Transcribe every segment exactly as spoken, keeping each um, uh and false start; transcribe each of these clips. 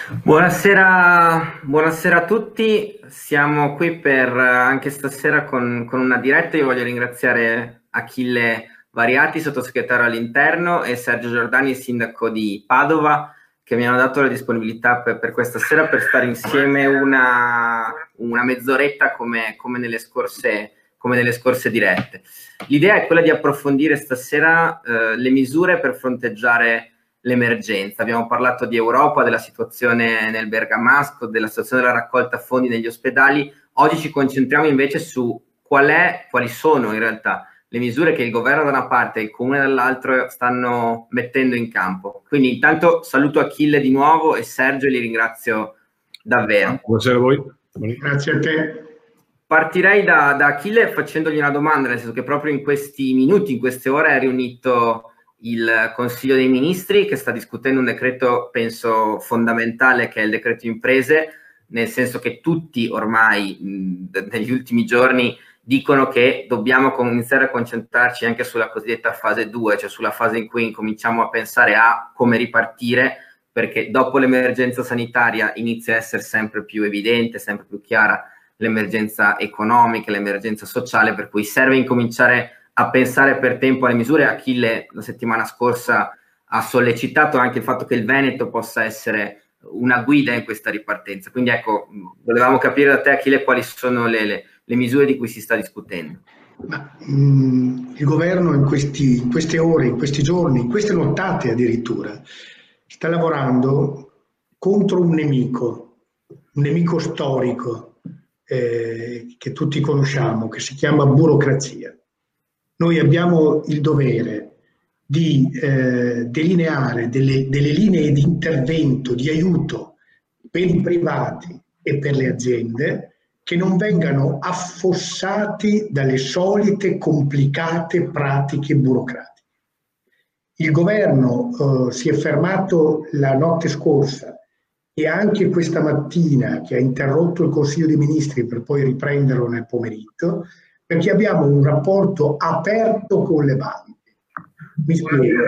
Buonasera, buonasera a tutti, siamo qui per eh, anche stasera con, con una diretta. Io voglio ringraziare Achille Variati, sottosegretario all'interno, e Sergio Giordani, sindaco di Padova, che mi hanno dato la disponibilità per, per questa sera per stare insieme una, una mezz'oretta come, come, nelle scorse, come nelle scorse dirette. L'idea è quella di approfondire stasera eh, le misure per fronteggiare l'emergenza. Abbiamo parlato di Europa, della situazione nel Bergamasco, della situazione della raccolta fondi negli ospedali. Oggi ci concentriamo invece su qual è, quali sono in realtà le misure che il governo da una parte e il comune dall'altro stanno mettendo in campo. Quindi intanto saluto Achille di nuovo e Sergio, e li ringrazio davvero. Buonasera a voi. Grazie a te. Partirei da, da Achille facendogli una domanda, nel senso che proprio in questi minuti, in queste ore è riunito il Consiglio dei Ministri che sta discutendo un decreto, penso, fondamentale, che è il decreto imprese, nel senso che tutti ormai mh, negli ultimi giorni dicono che dobbiamo iniziare a concentrarci anche sulla cosiddetta fase due, cioè sulla fase in cui incominciamo a pensare a come ripartire, perché dopo l'emergenza sanitaria inizia a essere sempre più evidente, sempre più chiara l'emergenza economica, l'emergenza sociale, per cui serve incominciare a pensare per tempo alle misure. Achille la settimana scorsa ha sollecitato anche il fatto che il Veneto possa essere una guida in questa ripartenza. Quindi ecco, volevamo capire da te, Achille, quali sono le, le, le misure di cui si sta discutendo. Ma, mh, il governo in, questi, in queste ore, in questi giorni, in queste nottate addirittura, sta lavorando contro un nemico, un nemico storico eh, che tutti conosciamo, che si chiama burocrazia. Noi abbiamo il dovere di eh, delineare delle, delle linee di intervento, di aiuto per i privati e per le aziende che non vengano affossati dalle solite complicate pratiche burocratiche. Il governo eh, si è fermato la notte scorsa e anche questa mattina, che ha interrotto il Consiglio dei Ministri per poi riprenderlo nel pomeriggio, perché abbiamo un rapporto aperto con le banche. Mi spiego.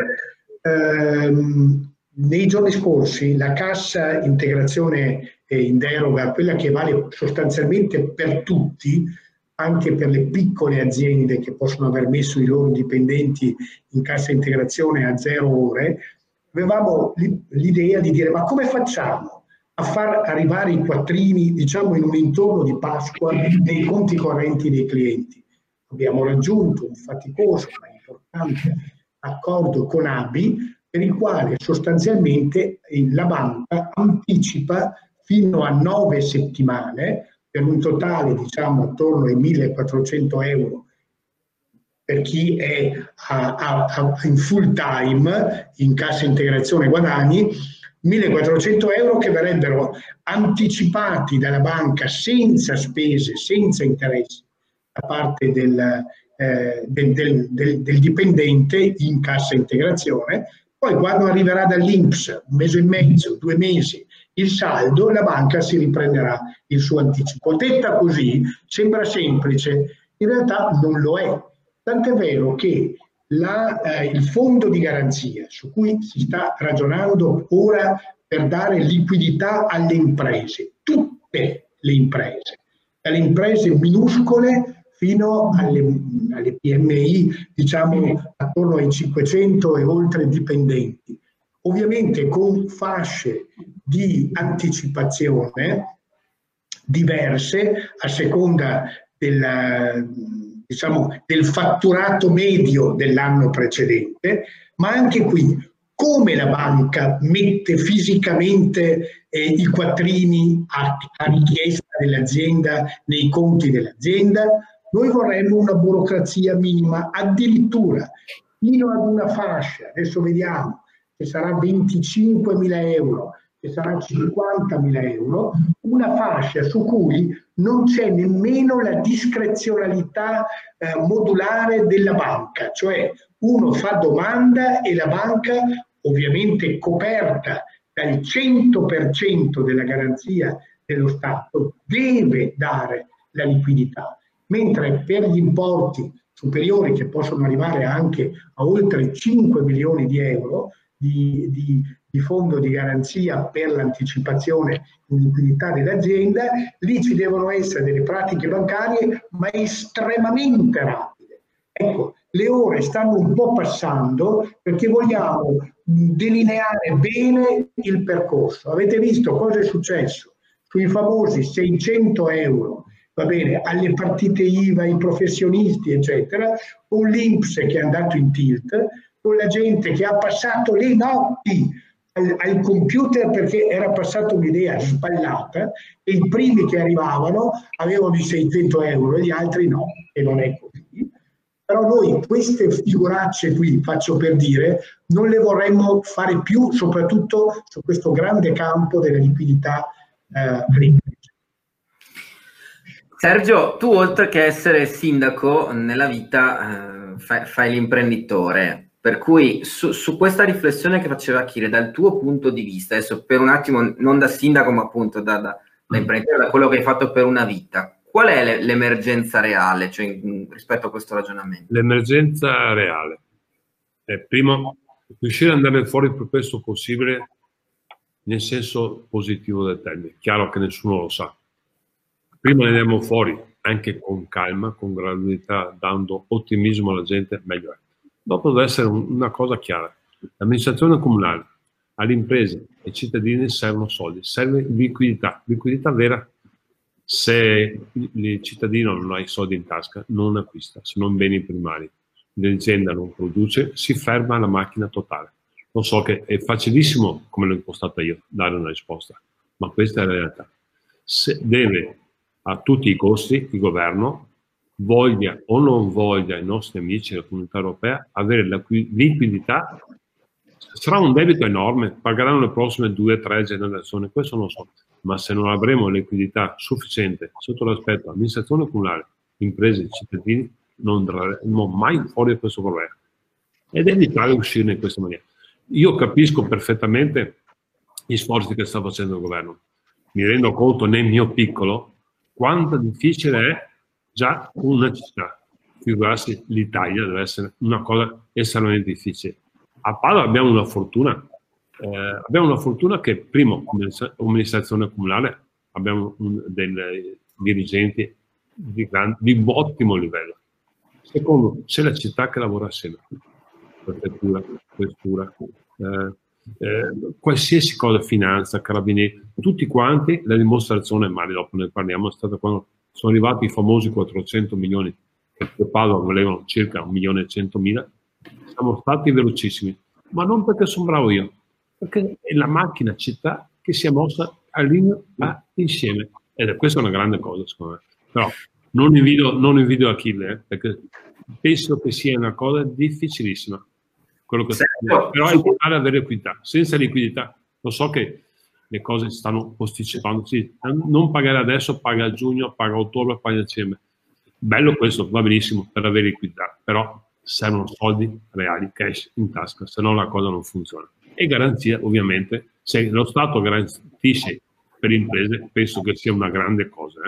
Ehm, nei giorni scorsi la cassa integrazione in deroga, quella che vale sostanzialmente per tutti, anche per le piccole aziende che possono aver messo i loro dipendenti in cassa integrazione a zero ore, avevamo l'idea di dire: ma come facciamo a far arrivare i quattrini, diciamo, in un intorno di Pasqua nei conti correnti dei clienti? Abbiamo raggiunto un faticoso ma importante accordo con A B I, per il quale sostanzialmente la banca anticipa fino a nove settimane, per un totale, diciamo, attorno ai millequattrocento euro per chi è a, a, a, in full time, in cassa integrazione guadagni, millequattrocento euro che verrebbero anticipati dalla banca senza spese, senza interessi da parte del, eh, del, del, del, del dipendente in cassa integrazione. Poi quando arriverà dall'I N P S, un mese e mezzo, due mesi, il saldo, la banca si riprenderà il suo anticipo. Detta così sembra semplice, in realtà non lo è. Tant'è vero che la, eh, il fondo di garanzia su cui si sta ragionando ora per dare liquidità alle imprese, tutte le imprese, dalle imprese minuscole fino alle, alle P M I, diciamo attorno ai cinquecento e oltre dipendenti, ovviamente con fasce di anticipazione diverse a seconda della, diciamo, del fatturato medio dell'anno precedente, ma anche qui come la banca mette fisicamente eh, i quattrini a, a richiesta dell'azienda nei conti dell'azienda. Noi vorremmo una burocrazia minima, addirittura fino ad una fascia, adesso vediamo, che sarà venticinquemila euro, che sarà cinquantamila euro, una fascia su cui non c'è nemmeno la discrezionalità eh, modulare della banca, cioè uno fa domanda e la banca, ovviamente coperta dal cento per cento della garanzia dello Stato, deve dare la liquidità. Mentre per gli importi superiori, che possono arrivare anche a oltre cinque milioni di euro di, di, di fondo di garanzia per l'anticipazione in liquidità dell'azienda, lì ci devono essere delle pratiche bancarie ma estremamente rapide. Ecco, le ore stanno un po' passando perché vogliamo delineare bene il percorso. Avete visto cosa è successo sui famosi seicento euro, va bene, alle partite I V A, ai professionisti, eccetera, con l'I N P S che è andato in tilt, con la gente che ha passato le notti al, al computer perché era passata un'idea sballata e i primi che arrivavano avevano i seicento euro e gli altri no, e non è così. Però noi queste figuracce qui, faccio per dire, non le vorremmo fare più, soprattutto su questo grande campo della liquidità eh, Sergio, tu oltre che essere sindaco nella vita eh, fai, fai l'imprenditore, per cui su, su questa riflessione che faceva Achille, dal tuo punto di vista, adesso per un attimo non da sindaco ma appunto da, da, da imprenditore, da quello che hai fatto per una vita, qual è l'emergenza reale, cioè, in, rispetto a questo ragionamento? L'emergenza reale è, primo, riuscire ad andare fuori il più presto possibile nel senso positivo del termine. Chiaro che nessuno lo sa. Prima ne andiamo fuori, anche con calma, con gradualità, dando ottimismo alla gente, meglio è. Dopo deve essere un, una cosa chiara. L'amministrazione comunale, alle imprese, ai cittadini servono soldi, serve liquidità, liquidità vera. Se il cittadino non ha i soldi in tasca, non acquista, se non beni primari. L'azienda non produce, si ferma la macchina totale. Lo so che è facilissimo, come l'ho impostata io, dare una risposta, ma questa è la realtà. Se deve a tutti i costi il governo, voglia o non voglia i nostri amici della comunità europea, avere la liquidità. Sarà un debito enorme, pagheranno le prossime due o tre generazioni, questo non lo so, ma se non avremo liquidità sufficiente sotto l'aspetto amministrazione comunale, imprese e cittadini, non andremo mai fuori da questo problema. Ed è vitale uscirne in questa maniera. Io capisco perfettamente gli sforzi che sta facendo il governo. Mi rendo conto nel mio piccolo quanto difficile è già una città. Figurarsi l'Italia deve essere una cosa estremamente difficile. A Padova abbiamo una fortuna, eh, abbiamo una fortuna che primo, come amministrazione comunale, abbiamo un, dei dirigenti di, gran, di ottimo livello. Secondo, c'è la città che lavora assieme, prefettura, questura, eh, eh, qualsiasi cosa, finanza, carabinieri, tutti quanti. La dimostrazione, ma dopo ne parliamo, è stata quando sono arrivati i famosi quattrocento milioni, che per Padova volevano circa un milione e centomila. Siamo stati velocissimi, ma non perché sono bravo io, perché è la macchina città che si è mossa all'inizio insieme, ed è questa una grande cosa secondo me. Però non invidio, non invidio Achille, eh, perché penso che sia una cosa difficilissima quello che certo. Però è importante avere liquidità. Senza liquidità, lo so che le cose si stanno posticipando, sì, non pagare adesso, paga a giugno, paga a ottobre, paga a dicembre. Bello questo, va benissimo per avere liquidità, però servono soldi reali, cash in tasca, se no la cosa non funziona. E garanzia, ovviamente, se lo Stato garantisce per imprese, penso che sia una grande cosa.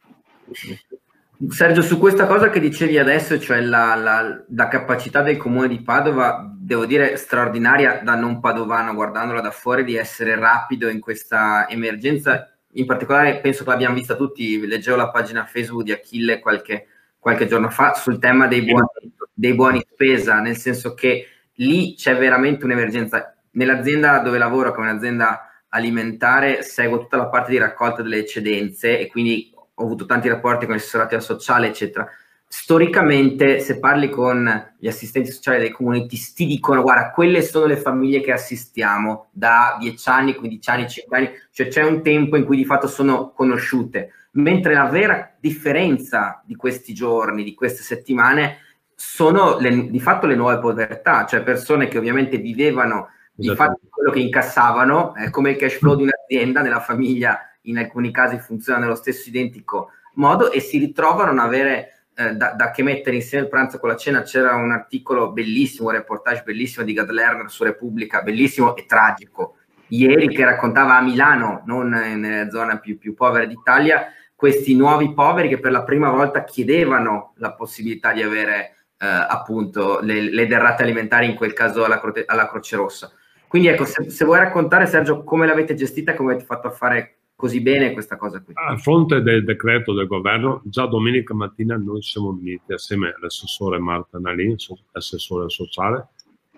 Eh? Sergio, su questa cosa che dicevi adesso, cioè la, la, la capacità del comune di Padova, devo dire straordinaria da non padovano, guardandola da fuori, di essere rapido in questa emergenza. In particolare penso che l'abbiamo vista tutti, leggevo la pagina Facebook di Achille qualche, qualche giorno fa sul tema dei buoni, dei buoni spesa, nel senso che lì c'è veramente un'emergenza. Nell'azienda dove lavoro, che è un'azienda alimentare, seguo tutta la parte di raccolta delle eccedenze e quindi ho avuto tanti rapporti con gli assessorati al sociale, eccetera. Storicamente, se parli con gli assistenti sociali dei comuni, ti, ti dicono, guarda, quelle sono le famiglie che assistiamo da dieci anni, quindici anni, cinque anni, cioè c'è un tempo in cui di fatto sono conosciute, mentre la vera differenza di questi giorni, di queste settimane, sono le, di fatto le nuove povertà, cioè persone che ovviamente vivevano di fatto quello che incassavano, eh, come il cash flow di un'azienda, nella famiglia in alcuni casi funziona nello stesso identico modo, e si ritrovano a non avere eh, da, da che mettere insieme il pranzo con la cena. C'era un articolo bellissimo, un reportage bellissimo di Gad Lerner su Repubblica, bellissimo e tragico, ieri, che raccontava a Milano, non nelle zone più, più povere d'Italia, questi nuovi poveri che per la prima volta chiedevano la possibilità di avere eh, appunto le, le derrate alimentari, in quel caso alla, Croce, alla Croce Rossa. Quindi ecco, se, se vuoi raccontare, Sergio, come l'avete gestita e come avete fatto a fare così bene questa cosa qui. A fronte del decreto del governo, già domenica mattina noi siamo venuti assieme all'assessore Marta Nalin, assessore sociale,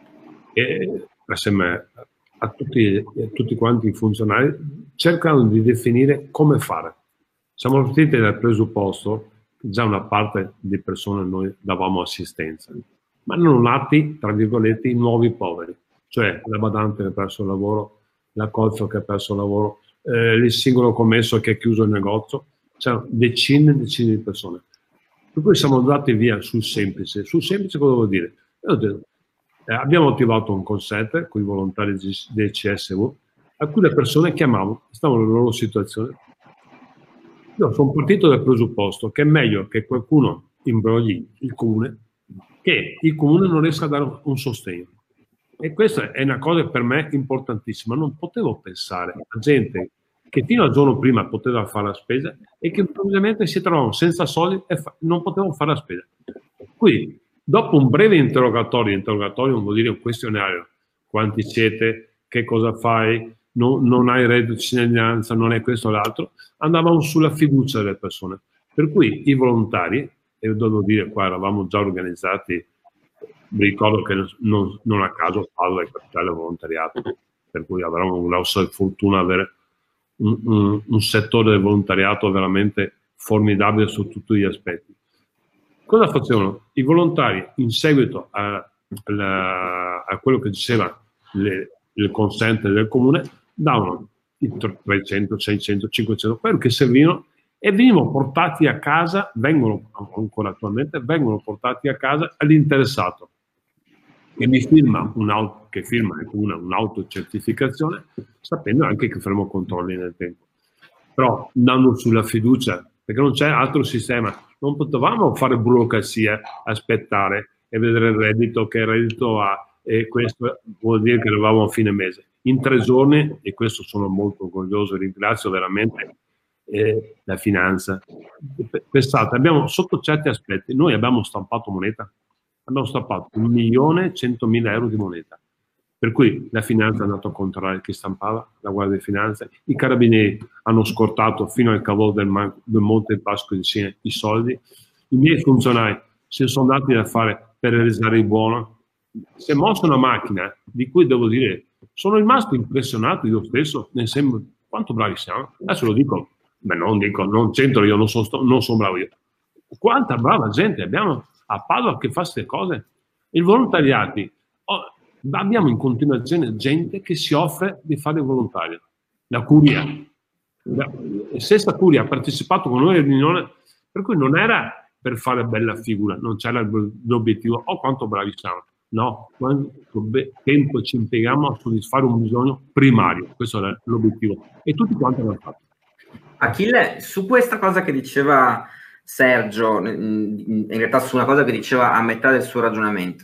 e assieme a tutti, a tutti quanti i funzionari, cercando di definire come fare. Siamo partiti dal presupposto che già una parte di persone noi davamo assistenza, ma non nati, tra virgolette, i nuovi poveri, cioè la badante che ha perso il lavoro, la colfa che ha perso il lavoro, eh, il singolo commesso che ha chiuso il negozio, c'erano decine e decine di persone. Per cui siamo andati via sul semplice. Sul semplice cosa vuol dire? Io ho detto, eh, abbiamo attivato un call center con i volontari del C S V, a cui le persone chiamavano, stavano nella loro situazione. Io sono partito dal presupposto che è meglio che qualcuno imbrogli il comune che il comune non riesca a dare un sostegno. E questa è una cosa per me importantissima. Non potevo pensare a gente che fino al giorno prima poteva fare la spesa e che improvvisamente si trovavano senza soldi e non potevano fare la spesa. Quindi, dopo un breve interrogatorio, interrogatorio non vuol dire un questionario, quanti siete, che cosa fai, non, non hai reddito di cittadinanza, non è questo o l'altro, andavamo sulla fiducia delle persone. Per cui i volontari, e devo dire qua eravamo già organizzati, mi ricordo che non, non a caso Padova è capitale del volontariato, per cui avremo una grossa fortuna avere un, un, un settore del volontariato veramente formidabile su tutti gli aspetti. Cosa facevano? I volontari, in seguito a, a, a quello che diceva le, il consente del comune, davano i trecento, seicento, cinquecento euro che servivano e venivano portati a casa, vengono ancora attualmente, vengono portati a casa all'interessato che mi firma un'auto, che firma una, un'autocertificazione, sapendo anche che faremo controlli nel tempo. Però andando sulla fiducia, perché non c'è altro sistema, non potevamo fare burocrazia, aspettare e vedere il reddito, che reddito ha, e questo vuol dire che eravamo a fine mese. In tre giorni, e questo sono molto orgoglioso e ringrazio veramente eh, la finanza. Pensate, abbiamo sotto certi aspetti, noi abbiamo stampato moneta, abbiamo stampato un milione e centomila euro di moneta, per cui la finanza è andata a controllare chi stampava, la Guardia di Finanza, i carabinieri hanno scortato fino al cavolo del, del Monte Pasco di Siena i soldi, i miei funzionari si sono dati da fare per realizzare il buono, si è mossa una macchina di cui devo dire sono rimasto impressionato io stesso, nel senso quanto bravi siamo, adesso lo dico, beh non dico, non c'entro io, non sono, non sono bravo io, quanta brava gente abbiamo a Padova che fa queste cose. Il volontariati, oh, abbiamo in continuazione gente che si offre di fare volontario. La Curia, la stessa Curia ha partecipato con noi alla riunione, per cui non era per fare bella figura, non c'era l'obiettivo, oh quanto bravi siamo. No, quanto tempo ci impieghiamo a soddisfare un bisogno primario, questo era l'obiettivo. E tutti quanti l'hanno fatto. Achille, su questa cosa che diceva Sergio, in realtà su una cosa che diceva a metà del suo ragionamento,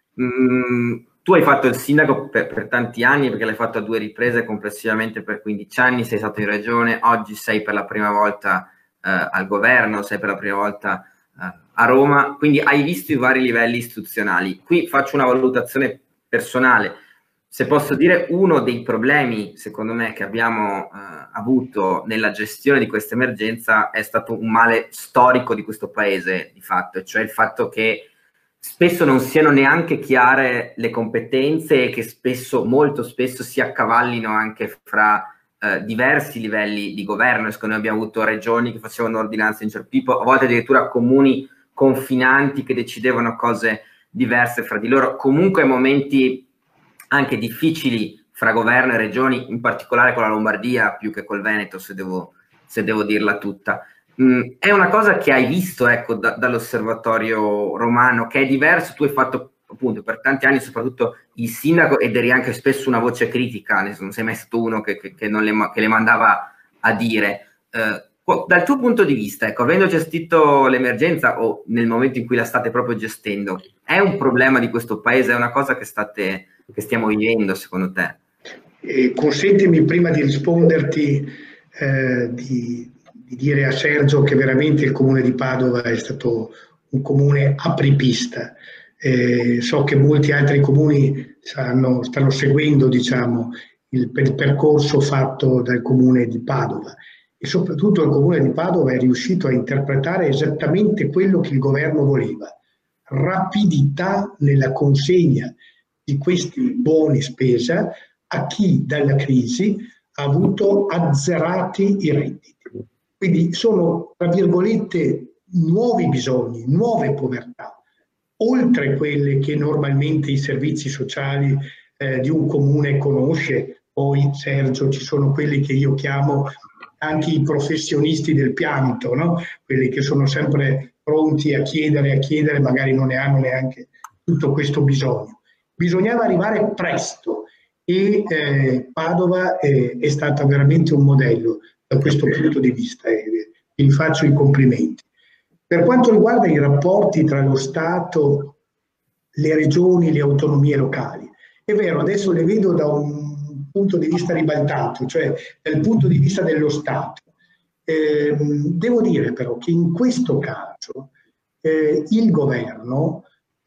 mm, tu hai fatto il sindaco per, per tanti anni, perché l'hai fatto a due riprese complessivamente per quindici anni, sei stato in regione, oggi sei per la prima volta eh, al governo, sei per la prima volta eh, a Roma, quindi hai visto i vari livelli istituzionali. Qui faccio una valutazione personale. Se posso dire, uno dei problemi, secondo me, che abbiamo eh, avuto nella gestione di questa emergenza è stato un male storico di questo paese, di fatto, e cioè il fatto che spesso non siano neanche chiare le competenze e che spesso, molto spesso, si accavallino anche fra eh, diversi livelli di governo. Secondo me abbiamo avuto regioni che facevano ordinanze in cerpipo, a volte addirittura comuni confinanti che decidevano cose diverse fra di loro, comunque momenti anche difficili fra governo e regioni, in particolare con la Lombardia più che col Veneto, se devo, se devo dirla tutta. Mm, è una cosa che hai visto, ecco, da, dall'osservatorio romano, che è diverso. Tu hai fatto appunto per tanti anni soprattutto il sindaco ed eri anche spesso una voce critica, non sei mai stato uno che, che, che, non le, che le mandava a dire. Eh, dal tuo punto di vista, ecco, avendo gestito l'emergenza o nel momento in cui la state proprio gestendo, è un problema di questo paese? È una cosa che state che stiamo vivendo, secondo te? E consentimi, prima di risponderti, eh, di, di dire a Sergio che veramente il comune di Padova è stato un comune apripista. eh, so che molti altri comuni stanno, stanno seguendo, diciamo, il, il percorso fatto dal comune di Padova, e soprattutto il comune di Padova è riuscito a interpretare esattamente quello che il governo voleva: rapidità nella consegna di questi buoni spesa a chi dalla crisi ha avuto azzerati i redditi. Quindi sono, tra virgolette, nuovi bisogni, nuove povertà, oltre quelle che normalmente i servizi sociali eh, di un comune conosce. Poi, Sergio, ci sono quelli che io chiamo anche i professionisti del pianto, no? Quelli che sono sempre pronti a chiedere, a chiedere, magari non ne hanno neanche tutto questo bisogno. Bisognava arrivare presto e eh, Padova è, è stata veramente un modello da questo punto di vista, e eh, vi faccio i complimenti. Per quanto riguarda i rapporti tra lo Stato, le regioni, le autonomie locali, è vero, adesso le vedo da un punto di vista ribaltato, cioè dal punto di vista dello Stato. Eh, devo dire però che in questo caso eh, il governo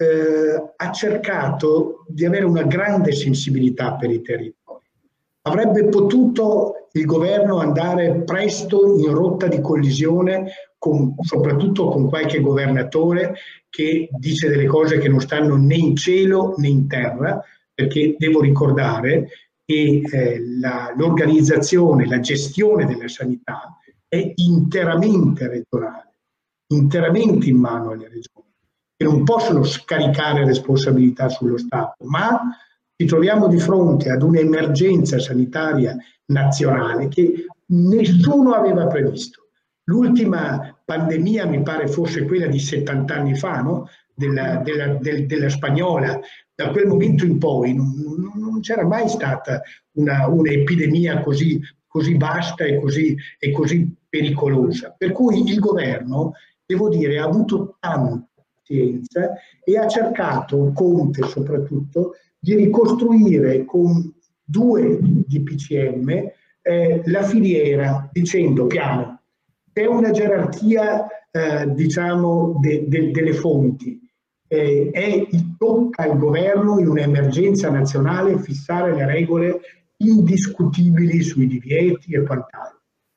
eh, ha cercato di avere una grande sensibilità per i territori. Avrebbe potuto il governo andare presto in rotta di collisione, con, soprattutto con qualche governatore che dice delle cose che non stanno né in cielo né in terra, perché devo ricordare che eh, l'organizzazione, la, la gestione della sanità è interamente regionale, interamente in mano alle regioni, che non possono scaricare responsabilità sullo Stato, ma ci troviamo di fronte ad un'emergenza sanitaria nazionale che nessuno aveva previsto. L'ultima pandemia mi pare fosse quella di settanta anni fa, no? della, della, del, della spagnola. Da quel momento in poi non, non c'era mai stata un'epidemia così, così vasta e così, e così pericolosa. Per cui il governo, devo dire, ha avuto tanta pazienza e ha cercato, Conte soprattutto, di ricostruire con due D P C M eh, la filiera, dicendo piano, c'è una gerarchia eh, diciamo de, de, delle fonti, eh, è, tocca al governo in un'emergenza nazionale fissare le regole indiscutibili sui divieti e quant'altro.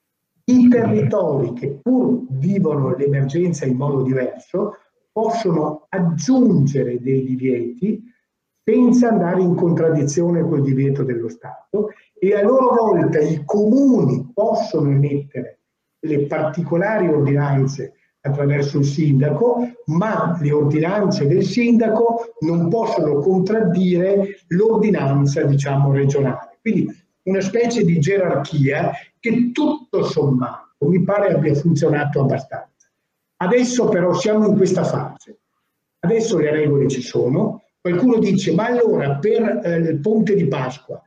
I territori che pur vivono l'emergenza in modo diverso possono aggiungere dei divieti senza andare in contraddizione col divieto dello Stato, e a loro volta i comuni possono emettere le particolari ordinanze attraverso il sindaco, ma le ordinanze del sindaco non possono contraddire l'ordinanza, diciamo, regionale. Quindi una specie di gerarchia che tutto sommato mi pare abbia funzionato abbastanza. Adesso però siamo in questa fase, adesso le regole ci sono. Qualcuno dice, ma allora per eh, il ponte di Pasqua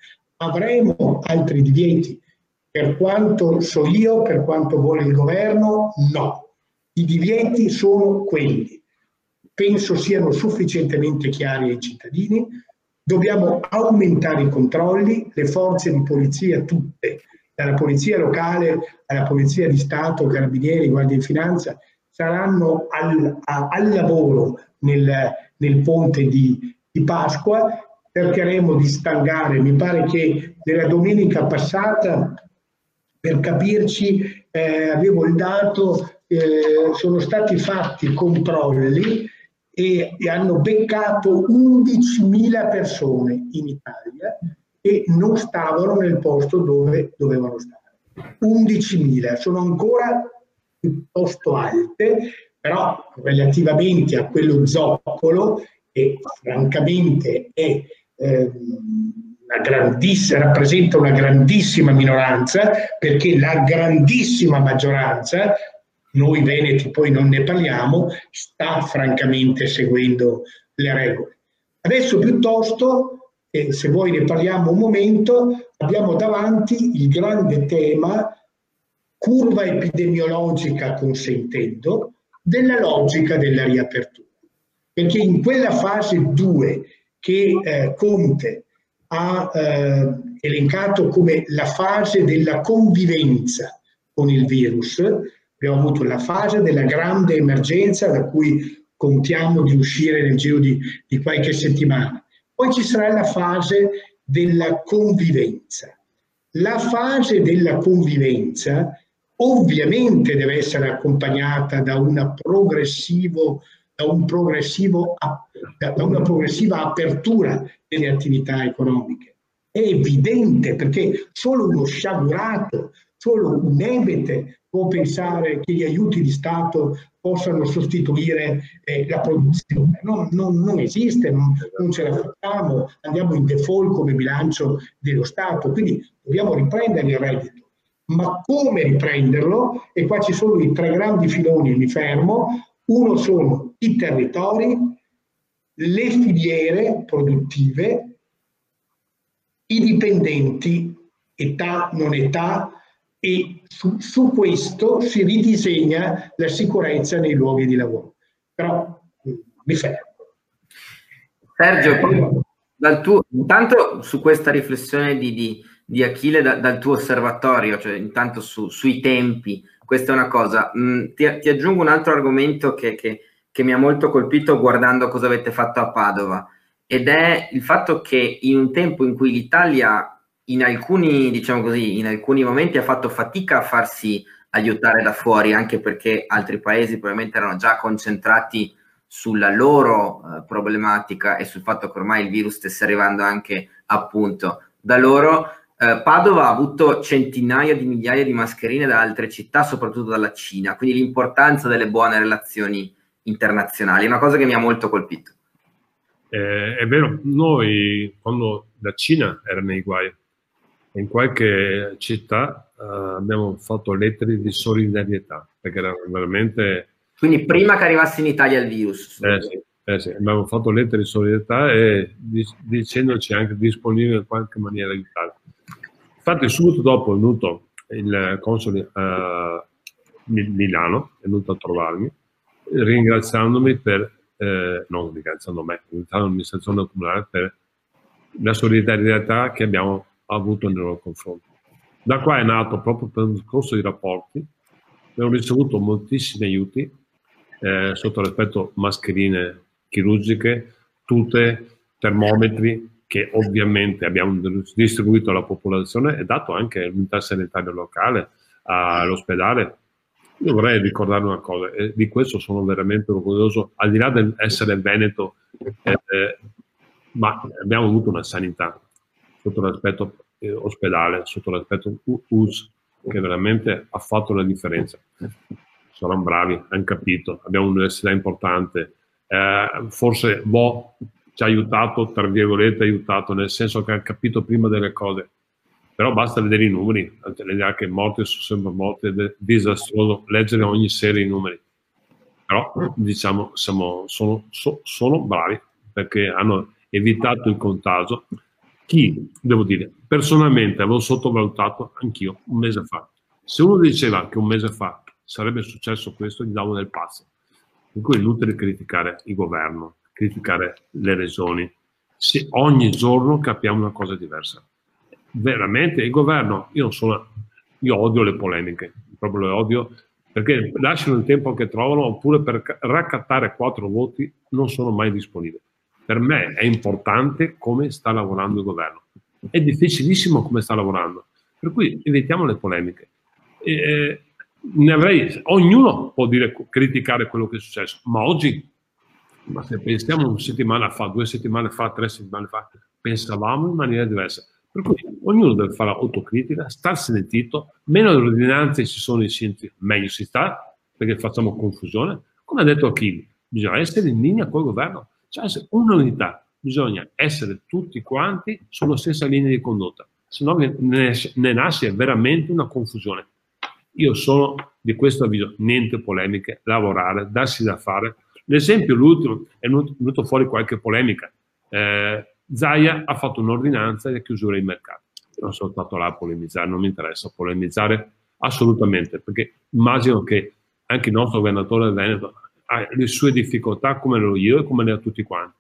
avremo altri divieti? Per quanto so io, per quanto vuole il governo, no. I divieti sono quelli. Penso siano sufficientemente chiari ai cittadini. Dobbiamo aumentare i controlli, le forze di polizia tutte, dalla polizia locale alla polizia di Stato, carabinieri, guardia di finanza, saranno al, a, al lavoro nel, nel ponte di, di Pasqua. Cercheremo di stangare, mi pare che nella domenica passata, per capirci, eh, avevo il dato, eh, sono stati fatti controlli e, e hanno beccato undicimila persone in Italia e non stavano nel posto dove dovevano stare. undicimila, sono ancora piuttosto alte, però relativamente a quello zoccolo, che francamente è eh, una grandissima, rappresenta una grandissima minoranza, perché la grandissima maggioranza, noi veneti poi non ne parliamo, sta francamente seguendo le regole. Adesso piuttosto, eh, se vuoi ne parliamo un momento, abbiamo davanti il grande tema, curva epidemiologica consentendo, della logica della riapertura. Perché in quella fase due che eh, Conte ha eh, elencato come la fase della convivenza con il virus, abbiamo avuto la fase della grande emergenza da cui contiamo di uscire nel giro di, di qualche settimana. Poi ci sarà la fase della convivenza. La fase della convivenza ovviamente deve essere accompagnata da, una progressivo, da, un progressivo, da una progressiva apertura delle attività economiche. È evidente, perché solo uno sciagurato, solo un ebete può pensare che gli aiuti di Stato possano sostituire eh, la produzione. Non, non, non esiste, non, non ce la facciamo, andiamo in default come bilancio dello Stato, quindi dobbiamo riprendere il reddito. Ma come riprenderlo? E qua ci sono i tre grandi filoni, mi fermo. Uno sono i territori, le filiere produttive, i dipendenti, età, non età, e su, su questo si ridisegna la sicurezza nei luoghi di lavoro. Però mi fermo. Sergio, poi, dal tuo, intanto su questa riflessione di, di, di Achille da, dal tuo osservatorio, cioè intanto su, sui tempi, questa è una cosa. Mm, ti, ti aggiungo un altro argomento che, che, che mi ha molto colpito guardando cosa avete fatto a Padova, ed è il fatto che in un tempo in cui l'Italia in alcuni, diciamo così, in alcuni momenti ha fatto fatica a farsi aiutare da fuori, anche perché altri paesi probabilmente erano già concentrati sulla loro eh, problematica e sul fatto che ormai il virus stesse arrivando anche appunto da loro. Eh, Padova ha avuto centinaia di migliaia di mascherine da altre città, soprattutto dalla Cina, quindi l'importanza delle buone relazioni internazionali è una cosa che mi ha molto colpito. Eh, è vero, noi quando la Cina era nei guai, in qualche città uh, abbiamo fatto lettere di solidarietà, perché era veramente... Quindi prima che arrivasse in Italia il virus. Eh sì, eh sì, abbiamo fatto lettere di solidarietà e dicendoci anche disponibili in qualche maniera aiutare. Infatti subito dopo è venuto il console a Milano, è venuto a trovarmi, ringraziandomi per, eh, non ringraziando me, ringraziando l'amministrazione comunale per la solidarietà che abbiamo avuto nei loro confronti. Da qua è nato, proprio per un discorso di rapporti, abbiamo ricevuto moltissimi aiuti eh, sotto l'aspetto mascherine chirurgiche, tute, termometri, che ovviamente abbiamo distribuito alla popolazione e dato anche all'unità sanitaria locale, all'ospedale. Io vorrei ricordare una cosa, e di questo sono veramente orgoglioso, al di là dell'essere veneto, eh, eh, ma abbiamo avuto una sanità sotto l'aspetto eh, ospedale, sotto l'aspetto U S, che veramente ha fatto la differenza. Sono bravi, hanno capito, abbiamo un'università importante, eh, forse boh, ci ha aiutato, tra virgolette aiutato, nel senso che ha capito prima delle cose, però basta vedere i numeri, l'idea che morti sono sempre morti, è disastroso leggere ogni sera i numeri, però diciamo siamo, sono, so, sono bravi perché hanno evitato il contagio. Chi, devo dire, personalmente avevo sottovalutato anch'io un mese fa. Se uno diceva che un mese fa sarebbe successo questo, gli davo del pazzo. Per cui è inutile criticare il governo, criticare le regioni. Se ogni giorno capiamo una cosa diversa. Veramente il governo, io non sono, io odio le polemiche, proprio le odio, perché lasciano il tempo che trovano, oppure per raccattare quattro voti non sono mai disponibili. Per me è importante come sta lavorando il governo. È difficilissimo come sta lavorando. Per cui evitiamo le polemiche. E, ne avrei, ognuno può dire, criticare quello che è successo, ma oggi, ma se pensiamo una settimana fa, due settimane fa, tre settimane fa, pensavamo in maniera diversa. Per cui ognuno deve fare autocritica, starsene zitto, meno le ordinanze ci sono i sintomi, meglio si sta, perché facciamo confusione. Come ha detto Achille, bisogna essere in linea col governo. Cioè un'unità, bisogna essere tutti quanti sulla stessa linea di condotta, se no ne, ne nasce veramente una confusione. Io sono di questo avviso, niente polemiche, lavorare, darsi da fare. L'esempio, l'ultimo, è venuto fuori qualche polemica. Eh, Zaia ha fatto un'ordinanza di chiusura dei mercati. Io non sono stato là a polemizzare, non mi interessa polemizzare assolutamente, perché immagino che anche il nostro governatore del Veneto ha le sue difficoltà come le ho io e come le ha tutti quanti.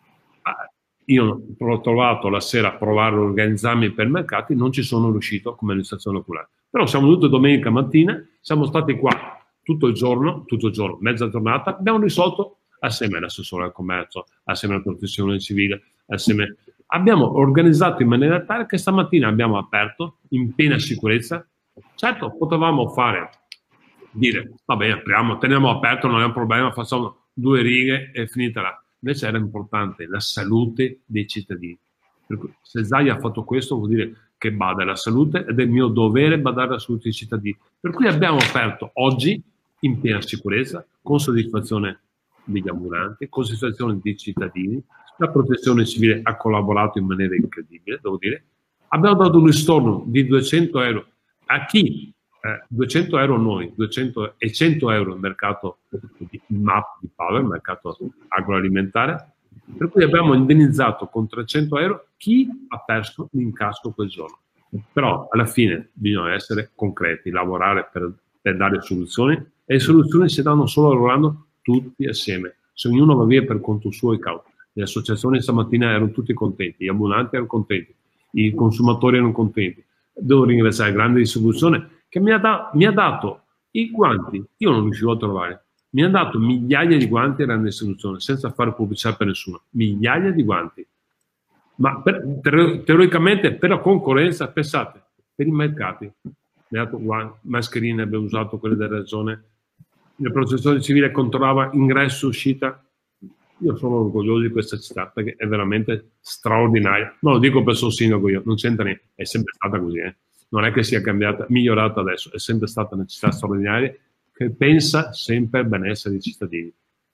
Io ho trovato la sera a provare a organizzarmi per mercati, non ci sono riuscito come amministrazione locale. Però siamo venuti domenica mattina, siamo stati qua tutto il giorno, tutto il giorno, mezza giornata, abbiamo risolto assieme all'assessore al commercio, assieme alla protezione civile, assieme... Abbiamo organizzato in maniera tale che stamattina abbiamo aperto in piena sicurezza. Certo, potevamo fare, dire, va bene, apriamo, teniamo aperto, non è un problema, facciamo due righe e finita là. Invece era importante la salute dei cittadini. Per cui, se Zaia ha fatto questo, vuol dire che bada alla salute ed è il mio dovere badare alla salute dei cittadini. Per cui abbiamo aperto oggi in piena sicurezza, con soddisfazione degli ambulanti, con soddisfazione dei cittadini. La protezione civile ha collaborato in maniera incredibile, devo dire. Abbiamo dato un ristorno di duecento euro a chi? Eh, duecento euro noi, duecento e cento euro il mercato di M A P di Power, il mercato agroalimentare, per cui abbiamo indennizzato con trecento euro chi ha perso l'incasso quel giorno. Però alla fine bisogna essere concreti, lavorare per, per dare soluzioni, e le soluzioni si danno solo lavorando tutti assieme. Se ognuno va via per conto suo e cauto. Le associazioni stamattina erano tutti contenti, gli abbonanti erano contenti, i consumatori erano contenti. Devo ringraziare la grande distribuzione che mi ha, da, mi ha dato i guanti, io non riuscivo a trovare, mi ha dato migliaia di guanti a grande distribuzione, senza fare pubblicità per nessuno, migliaia di guanti. Ma per, ter, teoricamente per la concorrenza, pensate, per i mercati, mi ha dato guanti, mascherine, abbiamo usato quelle della regione, la protezione civile controllava ingresso e uscita. Io sono orgoglioso di questa città perché è veramente straordinaria. Non lo dico per sono sindaco io, non c'entra niente, è sempre stata così. Eh. Non è che sia cambiata, migliorata adesso, è sempre stata una città straordinaria che pensa sempre al benessere dei cittadini.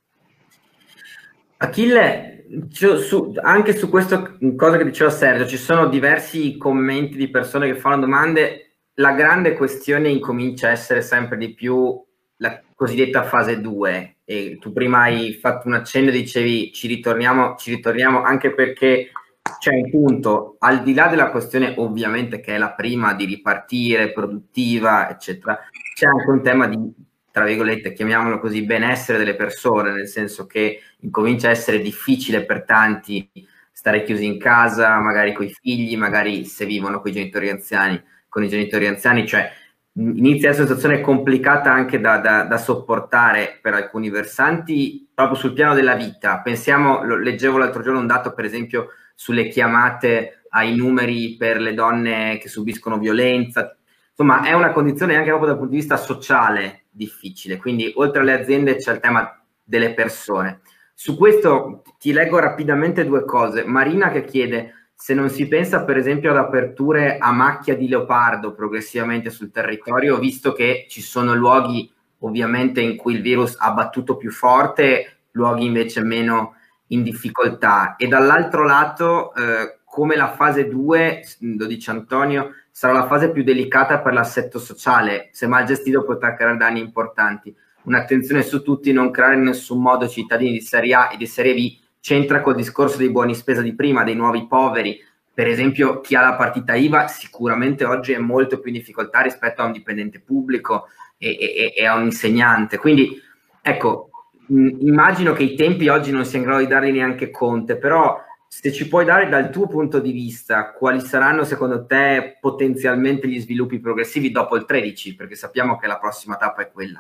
Achille, su, anche su questa cosa che diceva Sergio, ci sono diversi commenti di persone che fanno domande. La grande questione incomincia a essere sempre di più la cosiddetta fase due, e tu prima hai fatto un accenno e dicevi ci ritorniamo, ci ritorniamo anche perché c'è un punto, al di là della questione ovviamente che è la prima di ripartire, produttiva, eccetera, c'è anche un tema di, tra virgolette, chiamiamolo così, benessere delle persone, nel senso che incomincia a essere difficile per tanti stare chiusi in casa, magari con i figli, magari se vivono con i genitori anziani, con i genitori anziani, cioè inizia a essere una situazione complicata anche da, da, da sopportare per alcuni versanti, proprio sul piano della vita. Pensiamo, lo, leggevo l'altro giorno un dato per esempio sulle chiamate ai numeri per le donne che subiscono violenza. Insomma, è una condizione anche proprio dal punto di vista sociale difficile, quindi oltre alle aziende c'è il tema delle persone. Su questo ti leggo rapidamente due cose. Marina che chiede se non si pensa per esempio ad aperture a macchia di leopardo progressivamente sul territorio, visto che ci sono luoghi ovviamente in cui il virus ha battuto più forte, luoghi invece meno in difficoltà. E dall'altro lato, eh, come la fase due, lo dice Antonio, sarà la fase più delicata per l'assetto sociale, se mal gestito potrà creare danni importanti. Un'attenzione su tutti, non creare in nessun modo cittadini di serie A e di serie B, c'entra col discorso dei buoni spesa di prima, dei nuovi poveri. Per esempio chi ha la partita I V A sicuramente oggi è molto più in difficoltà rispetto a un dipendente pubblico e, e, e a un insegnante. Quindi ecco, mh, immagino che i tempi oggi non sia in grado di darli neanche Conte, però se ci puoi dare dal tuo punto di vista quali saranno secondo te potenzialmente gli sviluppi progressivi dopo il tredici, perché sappiamo che la prossima tappa è quella.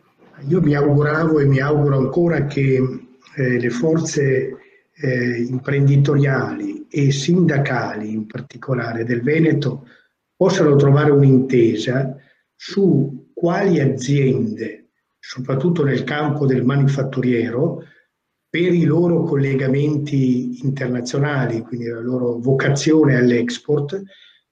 Io mi auguravo e mi auguro ancora che Eh, le forze eh, imprenditoriali e sindacali in particolare del Veneto possano trovare un'intesa su quali aziende, soprattutto nel campo del manifatturiero, per i loro collegamenti internazionali, quindi la loro vocazione all'export,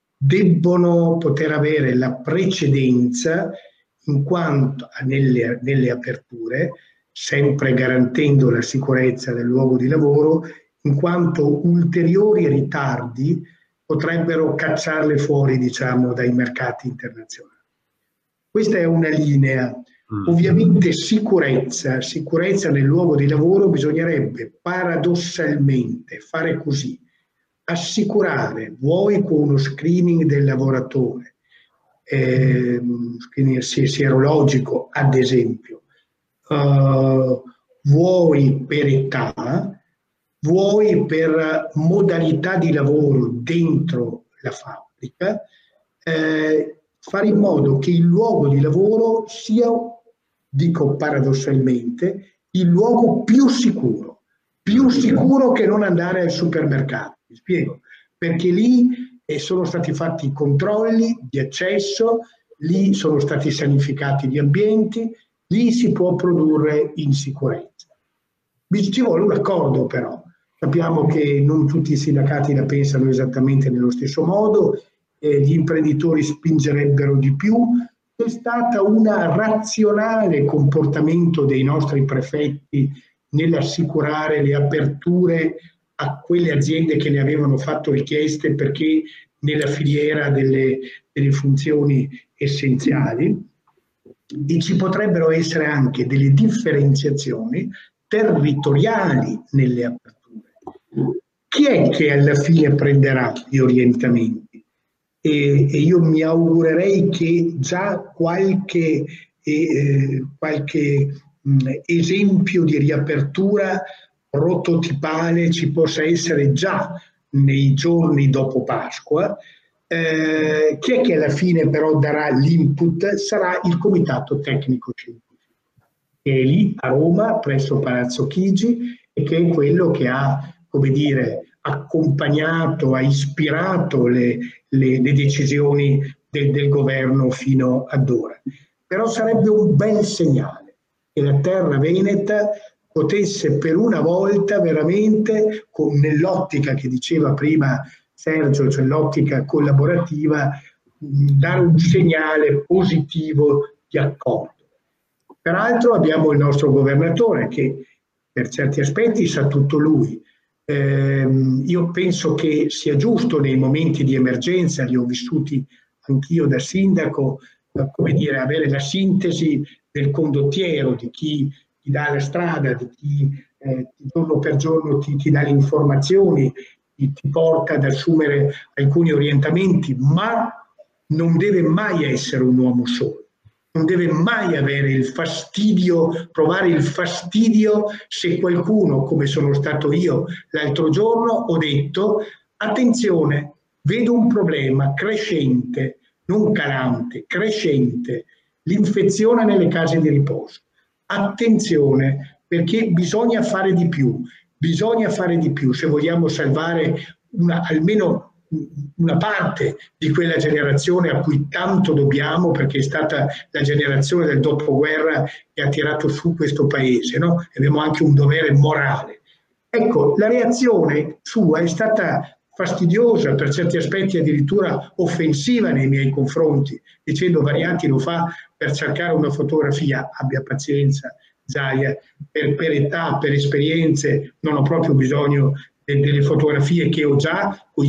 debbono poter avere la precedenza in quanto nelle, nelle aperture, sempre garantendo la sicurezza del luogo di lavoro, in quanto ulteriori ritardi potrebbero cacciarle fuori, diciamo, dai mercati internazionali. Questa è una linea. Ovviamente sicurezza, sicurezza nel luogo di lavoro bisognerebbe paradossalmente fare così, assicurare, vuoi con uno screening del lavoratore, eh, screening sierologico ad esempio, Uh, vuoi per età, vuoi per modalità di lavoro dentro la fabbrica, eh, fare in modo che il luogo di lavoro sia, dico paradossalmente, il luogo più sicuro, più sicuro che non andare al supermercato. Vi spiego, perché lì eh, sono stati fatti i controlli di accesso, lì sono stati sanificati gli ambienti, lì si può produrre in sicurezza. Ci vuole un accordo però, sappiamo che non tutti i sindacati la pensano esattamente nello stesso modo, eh, gli imprenditori spingerebbero di più. C'è stato un razionale comportamento dei nostri prefetti nell'assicurare le aperture a quelle aziende che ne avevano fatto richieste perché nella filiera delle, delle funzioni essenziali, e ci potrebbero essere anche delle differenziazioni territoriali nelle aperture. Chi è che alla fine prenderà gli orientamenti? E, e io mi augurerei che già qualche, eh, qualche mh, esempio di riapertura prototipale ci possa essere già nei giorni dopo Pasqua. Eh, chi è che alla fine però darà l'input? Sarà il Comitato Tecnico Scientifico, che è lì a Roma presso Palazzo Chigi e che è quello che ha, come dire, accompagnato, ha ispirato le, le, le decisioni del, del governo fino ad ora. Però sarebbe un bel segnale che la terra veneta potesse per una volta veramente, nell'ottica che diceva prima Sergio, cioè l'ottica collaborativa, dare un segnale positivo di accordo. Peraltro abbiamo il nostro governatore che per certi aspetti sa tutto lui. Eh, io penso che sia giusto nei momenti di emergenza, li ho vissuti anch'io da sindaco, eh, come dire, avere la sintesi del condottiero, di chi ti dà la strada, di chi eh, giorno per giorno ti, ti dà le informazioni, ti, ti porta ad assumere alcuni orientamenti, ma non deve mai essere un uomo solo. Non deve mai avere il fastidio, provare il fastidio se qualcuno, come sono stato io l'altro giorno, ho detto attenzione, vedo un problema crescente, non calante, crescente, l'infezione nelle case di riposo. Attenzione, perché bisogna fare di più, bisogna fare di più se vogliamo salvare una, almeno una parte di quella generazione a cui tanto dobbiamo, perché è stata la generazione del dopoguerra che ha tirato su questo paese, no? Abbiamo anche un dovere morale. Ecco, la reazione sua è stata fastidiosa, per certi aspetti addirittura offensiva nei miei confronti, dicendo Variati lo fa per cercare una fotografia. Abbia pazienza, Zaia, per, per età, per esperienze, non ho proprio bisogno delle fotografie che ho già con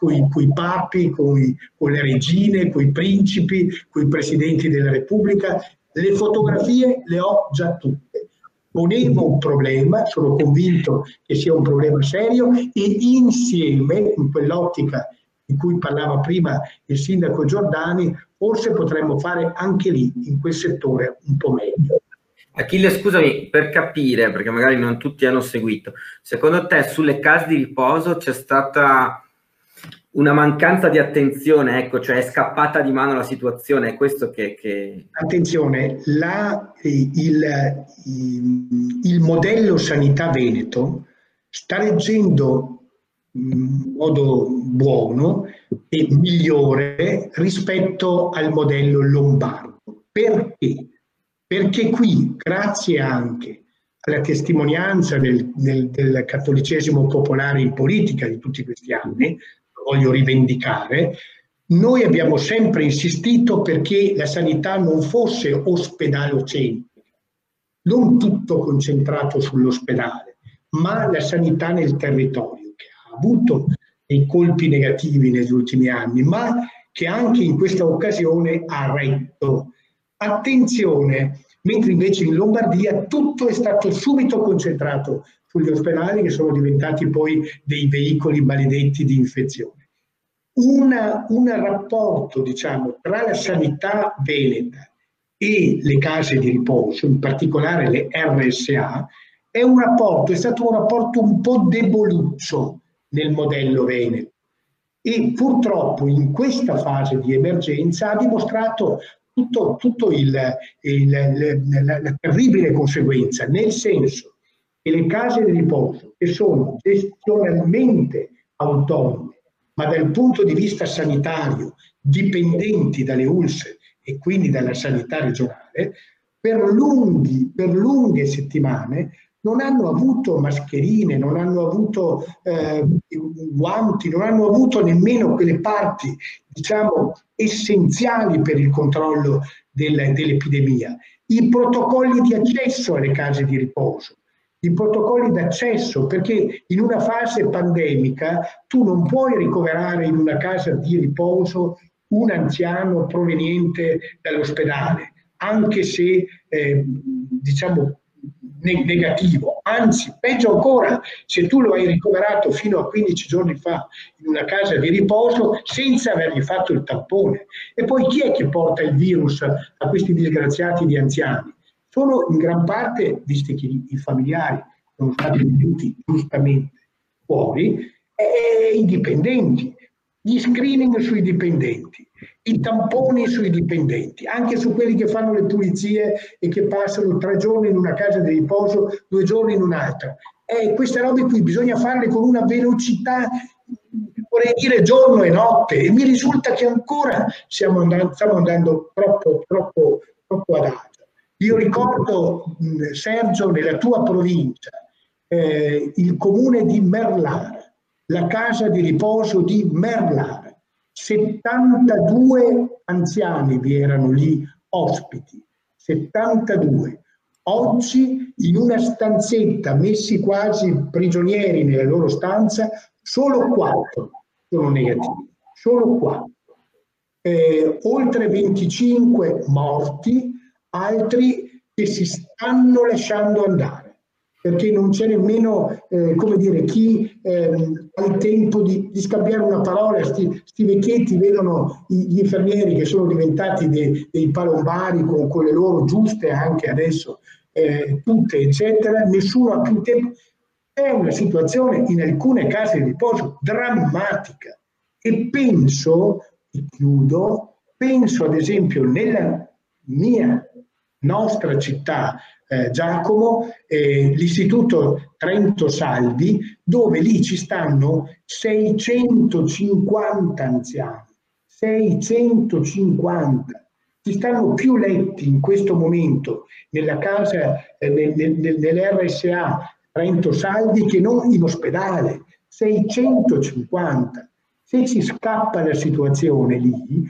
i papi, coi, con le regine, con i principi, con i presidenti della Repubblica. Le fotografie le ho già tutte. Ponevo un problema, sono convinto che sia un problema serio, e insieme, in quell'ottica di cui parlava prima il sindaco Giordani, forse potremmo fare anche lì, in quel settore, un po' meglio. Achille, scusami, per capire, perché magari non tutti hanno seguito, secondo te sulle case di riposo c'è stata una mancanza di attenzione, ecco, cioè è scappata di mano la situazione, è questo che... che... Attenzione, la, il, il, il modello sanità veneto sta reggendo in modo buono e migliore rispetto al modello lombardo. Perché? Perché qui, grazie anche alla testimonianza del, del, del cattolicesimo popolare in politica di tutti questi anni, lo voglio rivendicare, noi abbiamo sempre insistito perché la sanità non fosse ospedalocentrica, non tutto concentrato sull'ospedale, ma la sanità nel territorio, che ha avuto dei colpi negativi negli ultimi anni, ma che anche in questa occasione ha retto. Attenzione, mentre invece in Lombardia tutto è stato subito concentrato sugli ospedali, che sono diventati poi dei veicoli maledetti di infezione. Una, un rapporto, diciamo, tra la sanità veneta e le case di riposo, in particolare le R S A, è un rapporto, è stato un rapporto un po' deboluccio nel modello veneto, e purtroppo in questa fase di emergenza ha dimostrato tutto, tutto il, il, il, la, la terribile conseguenza, nel senso che le case di riposo, che sono gestionalmente autonome, ma dal punto di vista sanitario dipendenti dalle U L S S e quindi dalla sanità regionale, per, lunghi, per lunghe settimane non hanno avuto mascherine, non hanno avuto eh, guanti, non hanno avuto nemmeno quelle parti, diciamo, essenziali per il controllo del, dell'epidemia. I protocolli di accesso alle case di riposo, i protocolli d'accesso, perché in una fase pandemica tu non puoi ricoverare in una casa di riposo un anziano proveniente dall'ospedale, anche se eh, diciamo negativo, anzi peggio ancora se tu lo hai ricoverato fino a quindici giorni fa in una casa di riposo senza avergli fatto il tampone. E poi chi è che porta il virus a questi disgraziati di anziani? Sono in gran parte, visti che i familiari sono stati tenuti giustamente fuori, e i dipendenti, gli screening sui dipendenti, i tamponi sui dipendenti, anche su quelli che fanno le pulizie e che passano tre giorni in una casa di riposo, due giorni in un'altra. E queste robe qui bisogna farle con una velocità, vorrei dire giorno e notte, e mi risulta che ancora stiamo andando, stiamo andando troppo, troppo, troppo adagio. Io ricordo, Sergio, nella tua provincia, eh, il comune di Merlara, la casa di riposo di Merlara, settantadue anziani vi erano lì ospiti, settantadue. Oggi in una stanzetta, messi quasi prigionieri nella loro stanza, solo quattro sono negativi, solo quattro. Eh, oltre venticinque morti, altri che si stanno lasciando andare, perché non c'è nemmeno, eh, come dire, chi eh, ha il tempo di, di scambiare una parola. Sti, sti vecchietti vedono gli infermieri che sono diventati dei, dei palombari con, con le loro giuste anche adesso, eh, tutte eccetera, nessuno ha più tempo. È una situazione in alcune case di riposo drammatica, e penso, e chiudo, penso ad esempio nella mia nostra città, eh, Giacomo, eh, l'istituto Trento Salvi, dove lì ci stanno seicentocinquanta anziani, seicentocinquanta. Ci stanno più letti in questo momento nella casa, eh, nel, nel, nell'R S A Trento Salvi che non in ospedale, seicentocinquanta. Se ci scappa la situazione lì,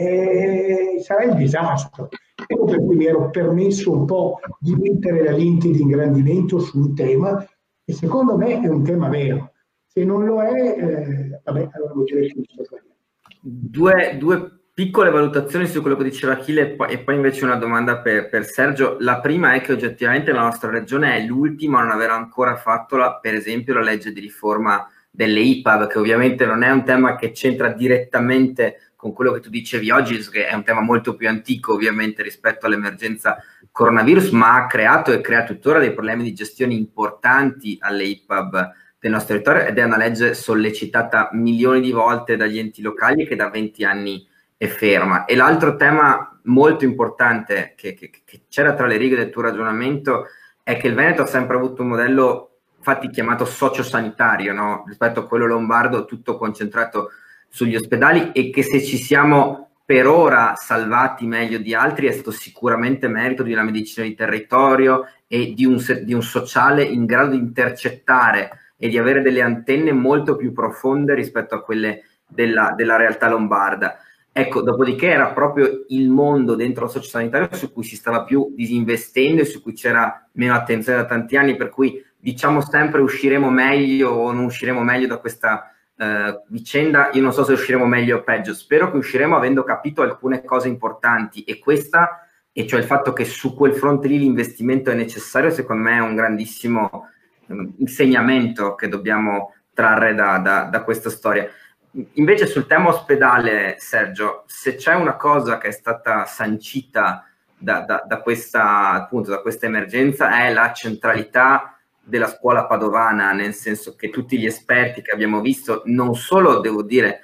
eh, sarà il disastro. Ecco per cui mi ero permesso un po' di mettere la lente di ingrandimento su un tema che secondo me è un tema vero. Se non lo è, eh, vabbè, allora vuol dire che sto sbagliando. Due, due piccole valutazioni su quello che diceva Achille e poi, e poi invece una domanda per, per Sergio. La prima è che oggettivamente la nostra regione è l'ultima a non aver ancora fatto, la, per esempio, la legge di riforma delle I P A V, che ovviamente non è un tema che c'entra direttamente con quello che tu dicevi oggi, che è un tema molto più antico ovviamente rispetto all'emergenza coronavirus, ma ha creato e crea tuttora dei problemi di gestione importanti alle I P A V del nostro territorio, ed è una legge sollecitata milioni di volte dagli enti locali che da venti anni è ferma. E l'altro tema molto importante che, che, che c'era tra le righe del tuo ragionamento è che il Veneto ha sempre avuto un modello infatti chiamato sociosanitario, no? Rispetto a quello lombardo, tutto concentrato sugli ospedali, e che se ci siamo per ora salvati meglio di altri è stato sicuramente merito di una medicina di territorio e di un, di un sociale in grado di intercettare e di avere delle antenne molto più profonde rispetto a quelle della, della realtà lombarda. Ecco, dopodiché era proprio il mondo dentro il sociosanitario su cui si stava più disinvestendo e su cui c'era meno attenzione da tanti anni, per cui diciamo sempre usciremo meglio o non usciremo meglio da questa uh, vicenda. Io non so se usciremo meglio o peggio, spero che usciremo avendo capito alcune cose importanti, e questa, e cioè il fatto che su quel fronte lì l'investimento è necessario, secondo me è un grandissimo um, insegnamento che dobbiamo trarre da, da, da questa storia. Invece sul tema ospedale, Sergio, se c'è una cosa che è stata sancita da, da, da questa, appunto, da questa emergenza, è la centralità della scuola padovana, nel senso che tutti gli esperti che abbiamo visto, non solo, devo dire,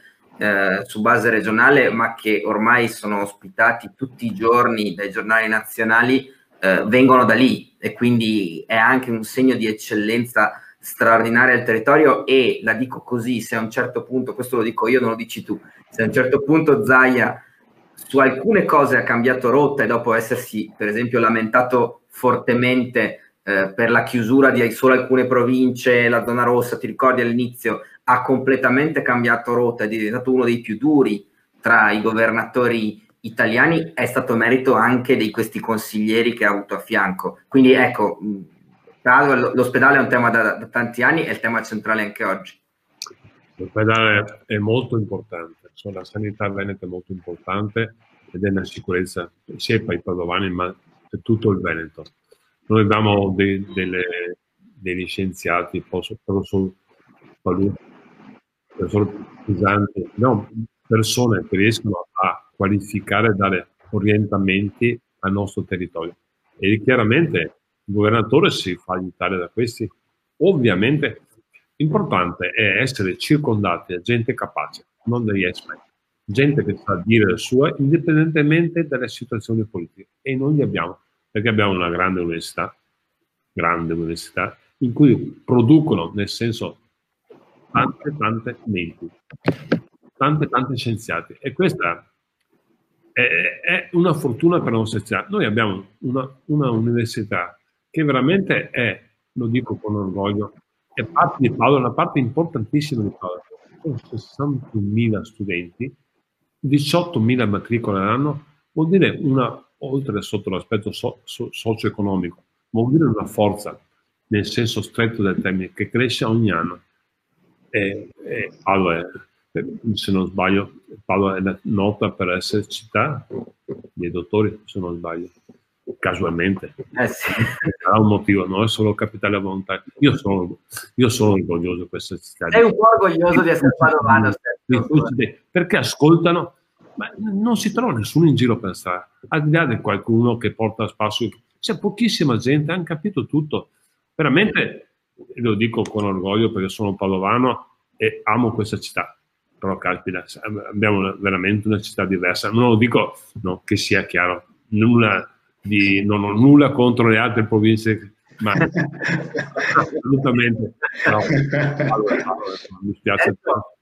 eh, su base regionale, ma che ormai sono ospitati tutti i giorni dai giornali nazionali, eh, vengono da lì, e quindi è anche un segno di eccellenza straordinaria al territorio. E la dico così: se a un certo punto, questo lo dico io, non lo dici tu, se a un certo punto Zaia su alcune cose ha cambiato rotta, e dopo essersi per esempio lamentato fortemente eh, per la chiusura di solo alcune province, la zona rossa, ti ricordi all'inizio, ha completamente cambiato rotta, è diventato uno dei più duri tra i governatori italiani, è stato merito anche di questi consiglieri che ha avuto a fianco. Quindi ecco, l'ospedale è un tema da, da tanti anni, è il tema centrale anche oggi. L'ospedale è molto importante, cioè la sanità veneta è molto importante, ed è una sicurezza sia per i padovani ma per tutto il Veneto. Noi abbiamo dei, delle, degli scienziati, persone pesanti, no, persone che riescono a qualificare e dare orientamenti al nostro territorio. E chiaramente il governatore si fa aiutare da questi. Ovviamente l'importante è essere circondati da gente capace, non degli esperti, gente che sa dire la sua indipendentemente dalle situazioni politiche, e noi li abbiamo, perché abbiamo una grande università, grande università, in cui producono, nel senso, tante tante menti, tante tante scienziati, e questa è, è una fortuna per la nostra città. Noi abbiamo una, una università che veramente è, lo dico con orgoglio, è parte di Padova, una parte importantissima di Padova. Sono sessantamila studenti, diciottomila matricole all'anno, vuol dire una, oltre sotto l'aspetto so, so, socio-economico, vuol dire una forza, nel senso stretto del termine, che cresce ogni anno. E, e Padova è, se non sbaglio, Padova è nota per essere città dei dottori, se non sbaglio. Casualmente, eh sì. Sarà un motivo, non è solo capitale volontario. Io sono, io sono orgoglioso di questa città. Sei un po' orgoglioso di essere padovano, perché ascoltano, ma non si trova nessuno in giro per strada, al di là di qualcuno che porta a spasso. C'è pochissima gente, hanno capito tutto. Veramente, lo dico con orgoglio perché sono padovano e amo questa città. Però caspita, abbiamo una, veramente una città diversa. Non lo dico, no, che sia chiaro, nulla di, non ho nulla contro le altre province, ma assolutamente no. Allora, allora, mi spiace.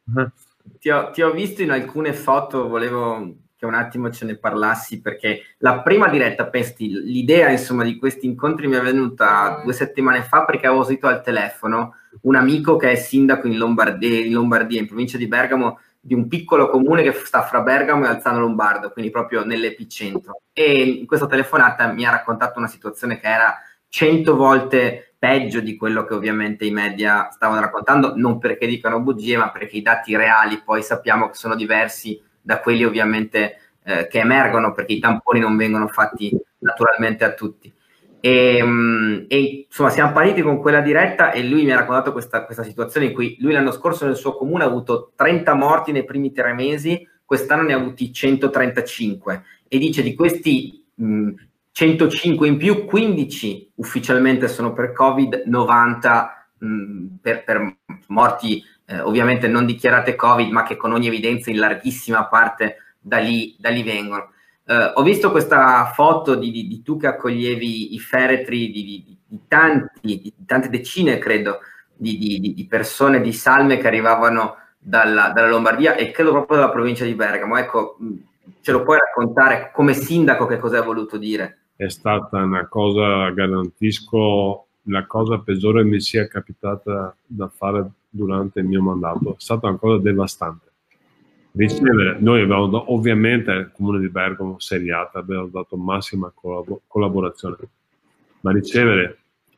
Ti ho, ti ho visto in alcune foto, volevo che un attimo ce ne parlassi, perché la prima diretta, pensi, l'idea insomma di questi incontri mi è venuta due settimane fa, perché avevo sentito al telefono un amico che è sindaco in Lombardia, in Lombardia, in provincia di Bergamo, di un piccolo comune che sta fra Bergamo e Alzano Lombardo, quindi proprio nell'epicentro. E in questa telefonata mi ha raccontato una situazione che era cento volte peggio di quello che ovviamente i media stavano raccontando, non perché dicano bugie, ma perché i dati reali poi sappiamo che sono diversi da quelli ovviamente eh, che emergono, perché i tamponi non vengono fatti naturalmente a tutti. E, e insomma siamo partiti con quella diretta e lui mi ha raccontato questa, questa situazione in cui lui l'anno scorso nel suo comune ha avuto trenta morti nei primi tre mesi, quest'anno ne ha avuti centotrentacinque, e dice di questi mh, centocinque in più, quindici ufficialmente sono per Covid, novanta mh, per, per morti eh, ovviamente non dichiarate Covid, ma che con ogni evidenza in larghissima parte da lì, da lì vengono. Uh, ho visto questa foto di, di, di tu che accoglievi i feretri di, di, di, tanti, di tante decine, credo, di, di, di persone di salme che arrivavano dalla, dalla Lombardia e credo proprio dalla provincia di Bergamo. Ecco, ce lo puoi raccontare come sindaco che cosa hai voluto dire? È stata una cosa, garantisco, la cosa peggiore mi sia capitata da fare durante il mio mandato. È stata una cosa devastante. Ricevere, noi abbiamo ovviamente al comune di Bergamo seriata, abbiamo dato massima collab- collaborazione, ma ricevere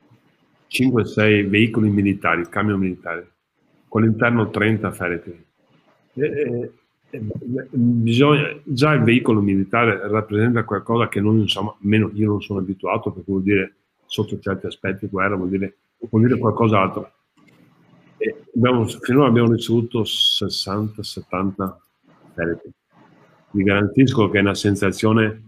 cinque sei veicoli militari, camion militari, con all'interno trenta feretri, e, e, e, bisogna, già il veicolo militare rappresenta qualcosa che non, insomma, meno io non sono abituato, perché vuol dire sotto certi aspetti guerra, vuol dire, vuol dire qualcos'altro. E abbiamo, finora abbiamo ricevuto sessanta settanta feretri. Vi garantisco che è una sensazione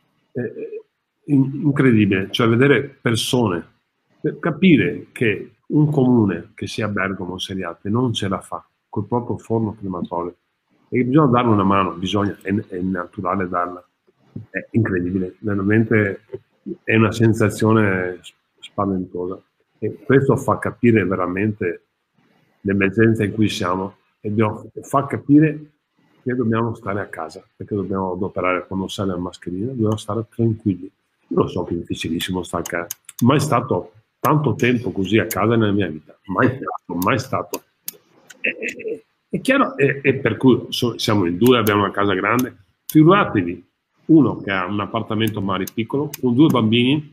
eh, incredibile, cioè vedere persone, per capire che un comune che sia Bergamo o Seriate non ce la fa col proprio forno crematorio, e bisogna darle una mano, bisogna, è, è naturale darla, è incredibile, veramente è una sensazione spaventosa e questo fa capire veramente l'emergenza in cui siamo e fa capire che dobbiamo stare a casa, perché dobbiamo adoperare quando sale la mascherina, dobbiamo stare tranquilli. Io lo so che è difficilissimo stare a casa, mai stato tanto tempo così a casa nella mia vita, mai stato, mai stato. È, è, è chiaro, e, e per cui so, siamo in due, abbiamo una casa grande, figuratevi uno che ha un appartamento magari piccolo, con due bambini,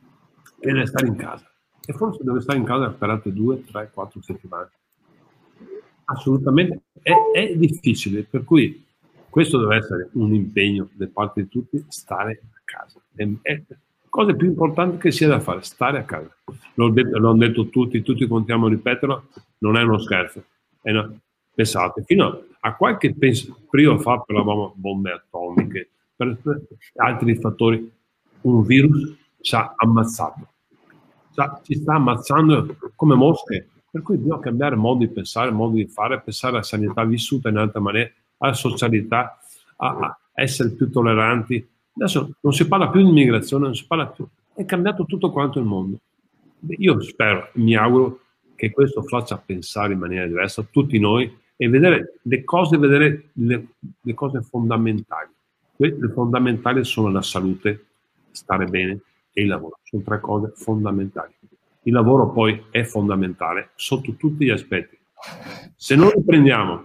e deve stare in casa. E forse deve stare in casa per altre due, tre, quattro settimane. Assolutamente, è, è difficile, per cui questo deve essere un impegno da parte di tutti, stare a casa. È, è la cosa più importante che sia da fare, stare a casa. L'ho detto, l'hanno detto tutti, tutti continuiamo a ripeterlo, non è uno scherzo. È una, pensate, fino a qualche periodo fa parlavamo bombe atomiche, per, per altri fattori, un virus ci ha ammazzato, ci sta ammazzando come mosche. Per cui bisogna cambiare modo di pensare, modo di fare, pensare alla sanità vissuta in altra maniera, alla socialità, a, a essere più tolleranti. Adesso non si parla più di immigrazione, non si parla più. È cambiato tutto quanto il mondo. Io spero, mi auguro che questo faccia pensare in maniera diversa a tutti noi e vedere le cose, vedere le, le cose fondamentali. Le fondamentali sono la salute, stare bene e il lavoro. Sono tre cose fondamentali. Il lavoro poi è fondamentale sotto tutti gli aspetti. Se non riprendiamo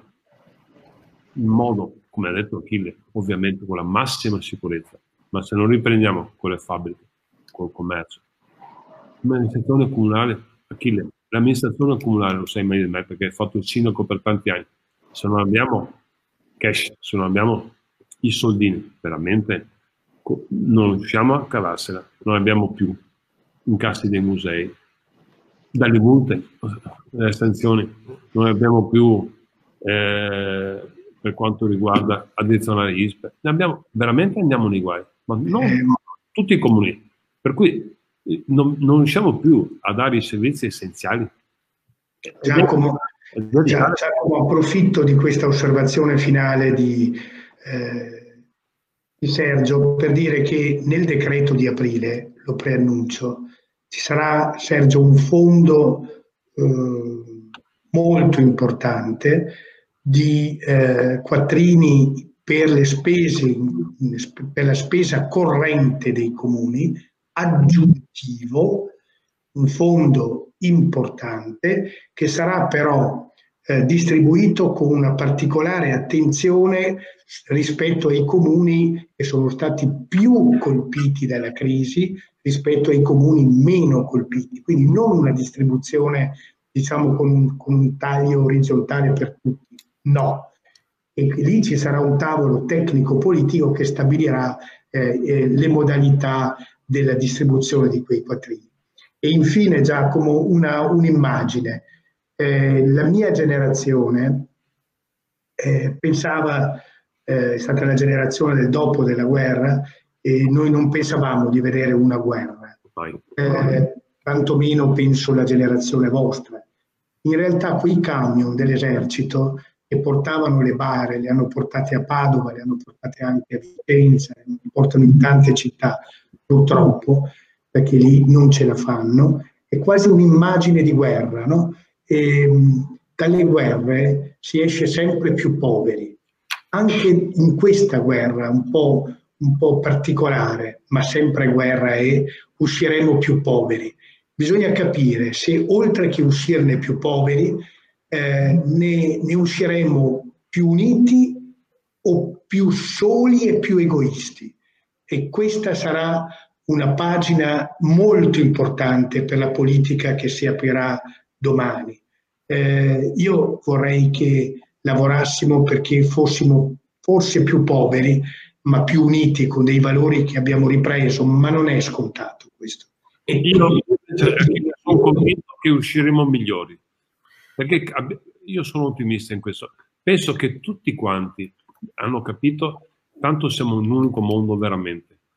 in modo, come ha detto Achille, ovviamente con la massima sicurezza, ma se non riprendiamo con le fabbriche, col commercio, l'amministrazione comunale, Achille, l'amministrazione comunale, lo sai meglio di me perché hai fatto il sindaco per tanti anni, se non abbiamo cash, se non abbiamo i soldini, veramente non riusciamo a cavarsela, non abbiamo più incassi dei musei, dalle multe, le sanzioni, non abbiamo più eh, per quanto riguarda addizionali I S P E, ne abbiamo, veramente andiamo nei guai, ma non tutti i comuni, per cui non, non riusciamo più a dare i servizi essenziali. Giacomo, Giacomo, approfitto di questa osservazione finale di, eh, di Sergio per dire che nel decreto di aprile, lo preannuncio, ci sarà, Sergio, un fondo eh, molto importante di eh, quattrini per le spese, per la spesa corrente dei comuni, aggiuntivo, un fondo importante che sarà però eh, distribuito con una particolare attenzione rispetto ai comuni che sono stati più colpiti dalla crisi rispetto ai comuni meno colpiti, quindi non una distribuzione diciamo con un, con un taglio orizzontale per tutti, no. E lì ci sarà un tavolo tecnico-politico che stabilirà eh, eh, le modalità della distribuzione di quei quattrini. E infine, Giacomo, una, un'immagine. Eh, la mia generazione eh, pensava, eh, è stata la generazione del dopo della guerra, e noi non pensavamo di vedere una guerra, eh, tantomeno penso la generazione vostra. In realtà quei camion dell'esercito che portavano le bare, le hanno portate a Padova, le hanno portate anche a Vicenza, le portano in tante città, purtroppo, perché lì non ce la fanno, è quasi un'immagine di guerra, no? E, dalle guerre si esce sempre più poveri. Anche in questa guerra un po', un po' particolare, ma sempre guerra è, usciremo più poveri. Bisogna capire se oltre che uscirne più poveri, eh, ne, ne usciremo più uniti o più soli e più egoisti. E questa sarà una pagina molto importante per la politica che si aprirà domani. Eh, io vorrei che lavorassimo perché fossimo forse più poveri, ma più uniti con dei valori che abbiamo ripreso, ma non è scontato questo. E io cioè, sono convinto che usciremo migliori, perché io sono ottimista in questo. Penso che tutti quanti hanno capito, tanto siamo un unico mondo veramente.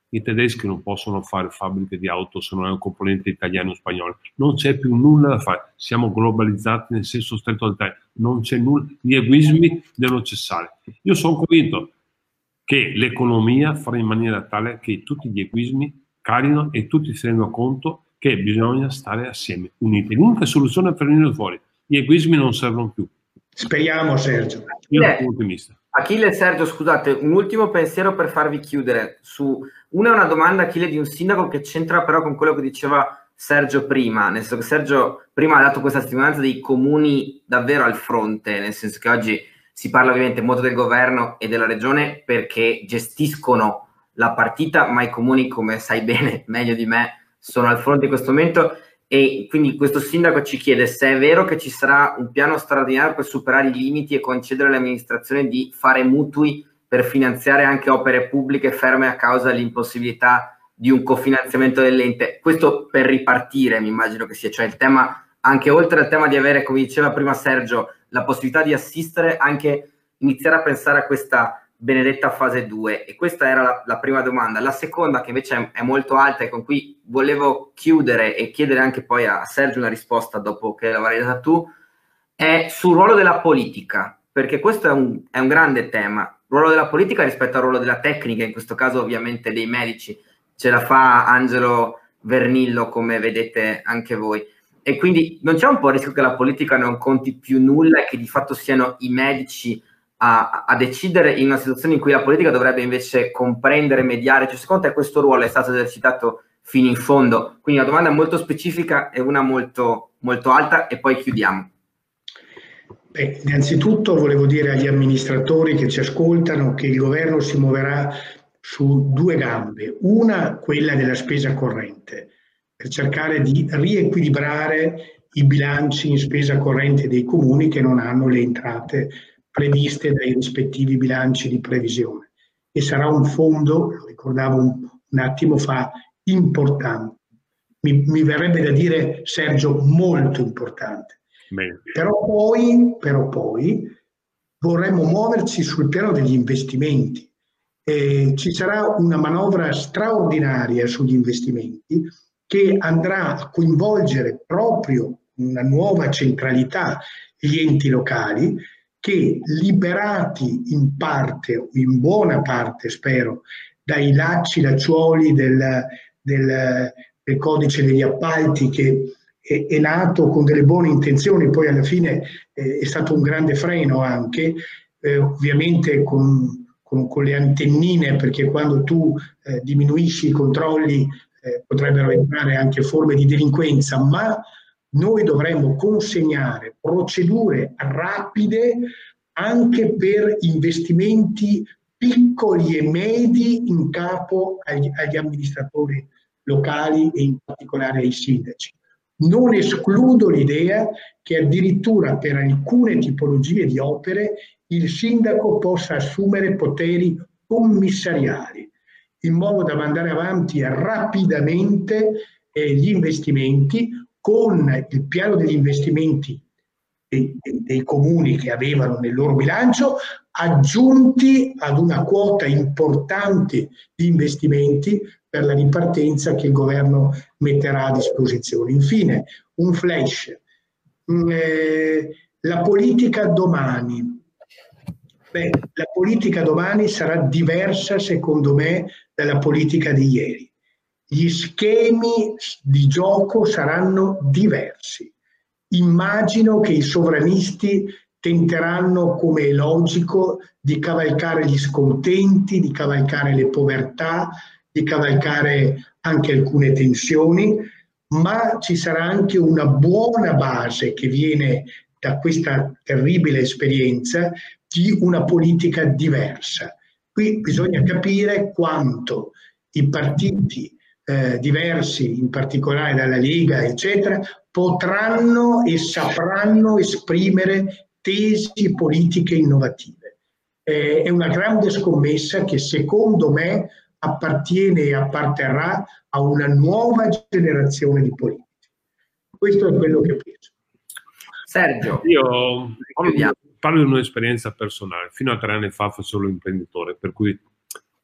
i tedeschi non possono fare fabbriche di auto se non è un componente italiano o spagnolo, non c'è più nulla da fare, siamo globalizzati nel senso stretto del termine, non c'è nulla, gli egoismi devono cessare. Io sono convinto che l'economia farà in maniera tale che tutti gli egoismi calino e tutti si rendano conto che bisogna stare assieme, uniti. L'unica soluzione per venire fuori, gli egoismi non servono più. Speriamo, Sergio. Io sono ottimista. Achille e Sergio, scusate, un ultimo pensiero per farvi chiudere. Su, una è una domanda, Achille, di un sindaco che c'entra però con quello che diceva Sergio prima, nel senso che Sergio prima ha dato questa testimonianza dei comuni davvero al fronte, nel senso che oggi si parla ovviamente molto del governo e della regione perché gestiscono la partita, ma i comuni, come sai bene, meglio di me, sono al fronte in questo momento. E quindi questo sindaco ci chiede se è vero che ci sarà un piano straordinario per superare i limiti e concedere alle amministrazioni di fare mutui per finanziare anche opere pubbliche ferme a causa dell'impossibilità di un cofinanziamento dell'ente. Questo per ripartire, mi immagino che sia, cioè il tema, anche oltre al tema di avere, come diceva prima Sergio, la possibilità di assistere, anche iniziare a pensare a questa benedetta fase due. E questa era la, la prima domanda. La seconda, che invece è, è molto alta e con cui volevo chiudere e chiedere anche poi a Sergio una risposta dopo che l'avrei data tu, è sul ruolo della politica, perché questo è un, è un grande tema. Il ruolo della politica rispetto al ruolo della tecnica, in questo caso ovviamente dei medici, ce la fa Angelo Vernillo, come vedete anche voi. E quindi non c'è un po' il rischio che la politica non conti più nulla e che di fatto siano i medici A, a decidere in una situazione in cui la politica dovrebbe invece comprendere, mediare? Cioè, secondo te questo ruolo è stato esercitato fino in fondo? Quindi una domanda molto specifica e una molto, molto alta, e poi chiudiamo. Beh, innanzitutto volevo dire agli amministratori che ci ascoltano che il governo si muoverà su due gambe. Una, quella della spesa corrente, per cercare di riequilibrare i bilanci in spesa corrente dei comuni che non hanno le entrate previste dai rispettivi bilanci di previsione, e sarà un fondo, lo ricordavo un, un attimo fa, importante. Mi, mi verrebbe da dire, Sergio, molto importante. Bene. Però poi, però poi vorremmo muoverci sul piano degli investimenti. Eh, ci sarà una manovra straordinaria sugli investimenti che andrà a coinvolgere proprio una nuova centralità gli enti locali, che, liberati in parte, o in buona parte spero, dai lacci, lacciuoli del, del, del codice degli appalti, che è, è nato con delle buone intenzioni, poi alla fine eh, è stato un grande freno anche, eh, ovviamente con, con, con le antennine, perché quando tu eh, diminuisci i controlli eh, potrebbero entrare anche forme di delinquenza, ma noi dovremmo consegnare procedure rapide anche per investimenti piccoli e medi in capo agli, agli amministratori locali e in particolare ai sindaci. Non escludo l'idea che addirittura per alcune tipologie di opere il sindaco possa assumere poteri commissariali, in modo da mandare avanti rapidamente eh, gli investimenti, con il piano degli investimenti dei, dei comuni che avevano nel loro bilancio, aggiunti ad una quota importante di investimenti per la ripartenza che il governo metterà a disposizione. Infine, un flash. Eh, la politica domani. Beh, la politica domani sarà diversa, secondo me, dalla politica di ieri. Gli schemi di gioco saranno diversi. Immagino che i sovranisti tenteranno, come è logico, di cavalcare gli scontenti, di cavalcare le povertà, di cavalcare anche alcune tensioni, ma ci sarà anche una buona base che viene da questa terribile esperienza di una politica diversa. Qui bisogna capire quanto i partiti eh, diversi, in particolare dalla Lega, eccetera, potranno e sapranno esprimere tesi politiche innovative. Eh, è una grande scommessa che secondo me appartiene e apparterrà a una nuova generazione di politici. Questo è quello che penso. Sergio, io parlo di un'esperienza personale. Fino a tre anni fa facevo l'imprenditore, per cui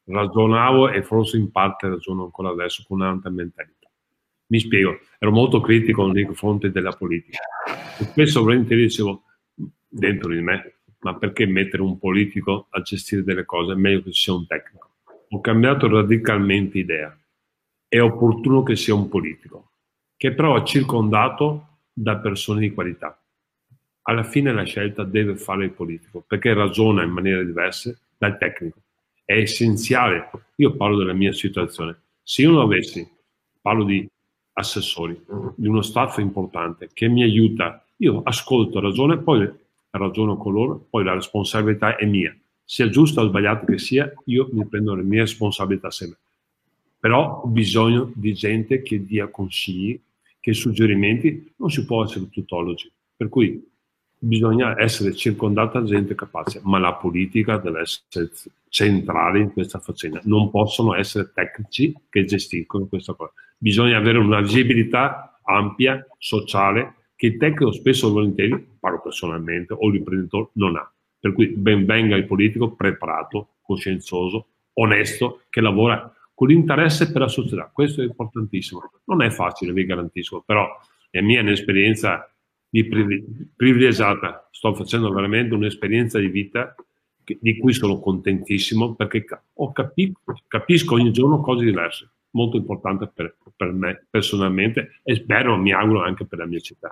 ragionavo e forse in parte ragiono ancora adesso con un'altra mentalità. Mi spiego, ero molto critico nei confronti della politica. E spesso volentieri dicevo dentro di me, ma perché mettere un politico a gestire delle cose? È meglio che sia un tecnico. Ho cambiato radicalmente idea. È opportuno che sia un politico, che però è circondato da persone di qualità. Alla fine la scelta deve fare il politico, perché ragiona in maniere diverse dal tecnico. È essenziale. Io parlo della mia situazione. Se io non avessi, parlo di assessori, di uno staff importante che mi aiuta, io ascolto, ragiono, poi ragiono con loro, poi la responsabilità è mia. Sia giusto o sbagliato che sia, io mi prendo le mie responsabilità sempre. Però ho bisogno di gente che dia consigli, che suggerimenti, non si può essere tutologi. Per cui bisogna essere circondata da gente capace, ma la politica deve essere centrale in questa faccenda. Non possono essere tecnici che gestiscono questa cosa. Bisogna avere una visibilità ampia, sociale, che il tecnico spesso e volentieri, parlo personalmente, o l'imprenditore non ha. Per cui ben venga il politico preparato, coscienzioso, onesto, che lavora con l'interesse per la società. Questo è importantissimo. Non è facile, vi garantisco, però la mia esperienza di privilegiata, sto facendo veramente un'esperienza di vita che, di cui sono contentissimo, perché ho capi, capisco ogni giorno cose diverse, molto importante per, per me personalmente e spero, mi auguro anche per la mia città.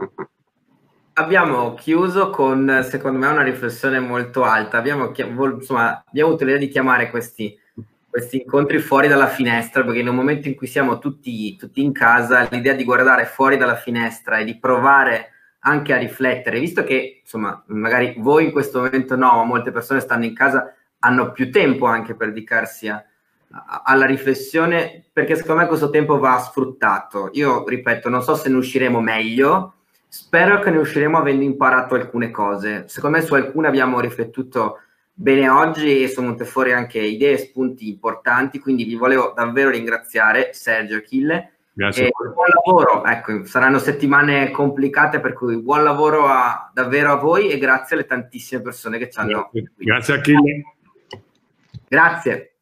Abbiamo chiuso con, secondo me, una riflessione molto alta. Abbiamo, insomma, abbiamo avuto l'idea di chiamare questi, questi incontri fuori dalla finestra, perché in un momento in cui siamo tutti, tutti in casa, l'idea di guardare fuori dalla finestra e di provare anche a riflettere, visto che, insomma, magari voi in questo momento no, ma molte persone stanno in casa, hanno più tempo anche per dedicarsi a, a, alla riflessione, perché secondo me questo tempo va sfruttato. Io, ripeto, non so se ne usciremo meglio, spero che ne usciremo avendo imparato alcune cose. Secondo me su alcune abbiamo riflettuto bene oggi e sono venute fuori anche idee e spunti importanti, quindi vi volevo davvero ringraziare, Sergio e Achille. Grazie. E buon lavoro, ecco, saranno settimane complicate, per cui buon lavoro a, davvero a voi e grazie alle tantissime persone che ci hanno. Grazie, grazie Achille. Grazie.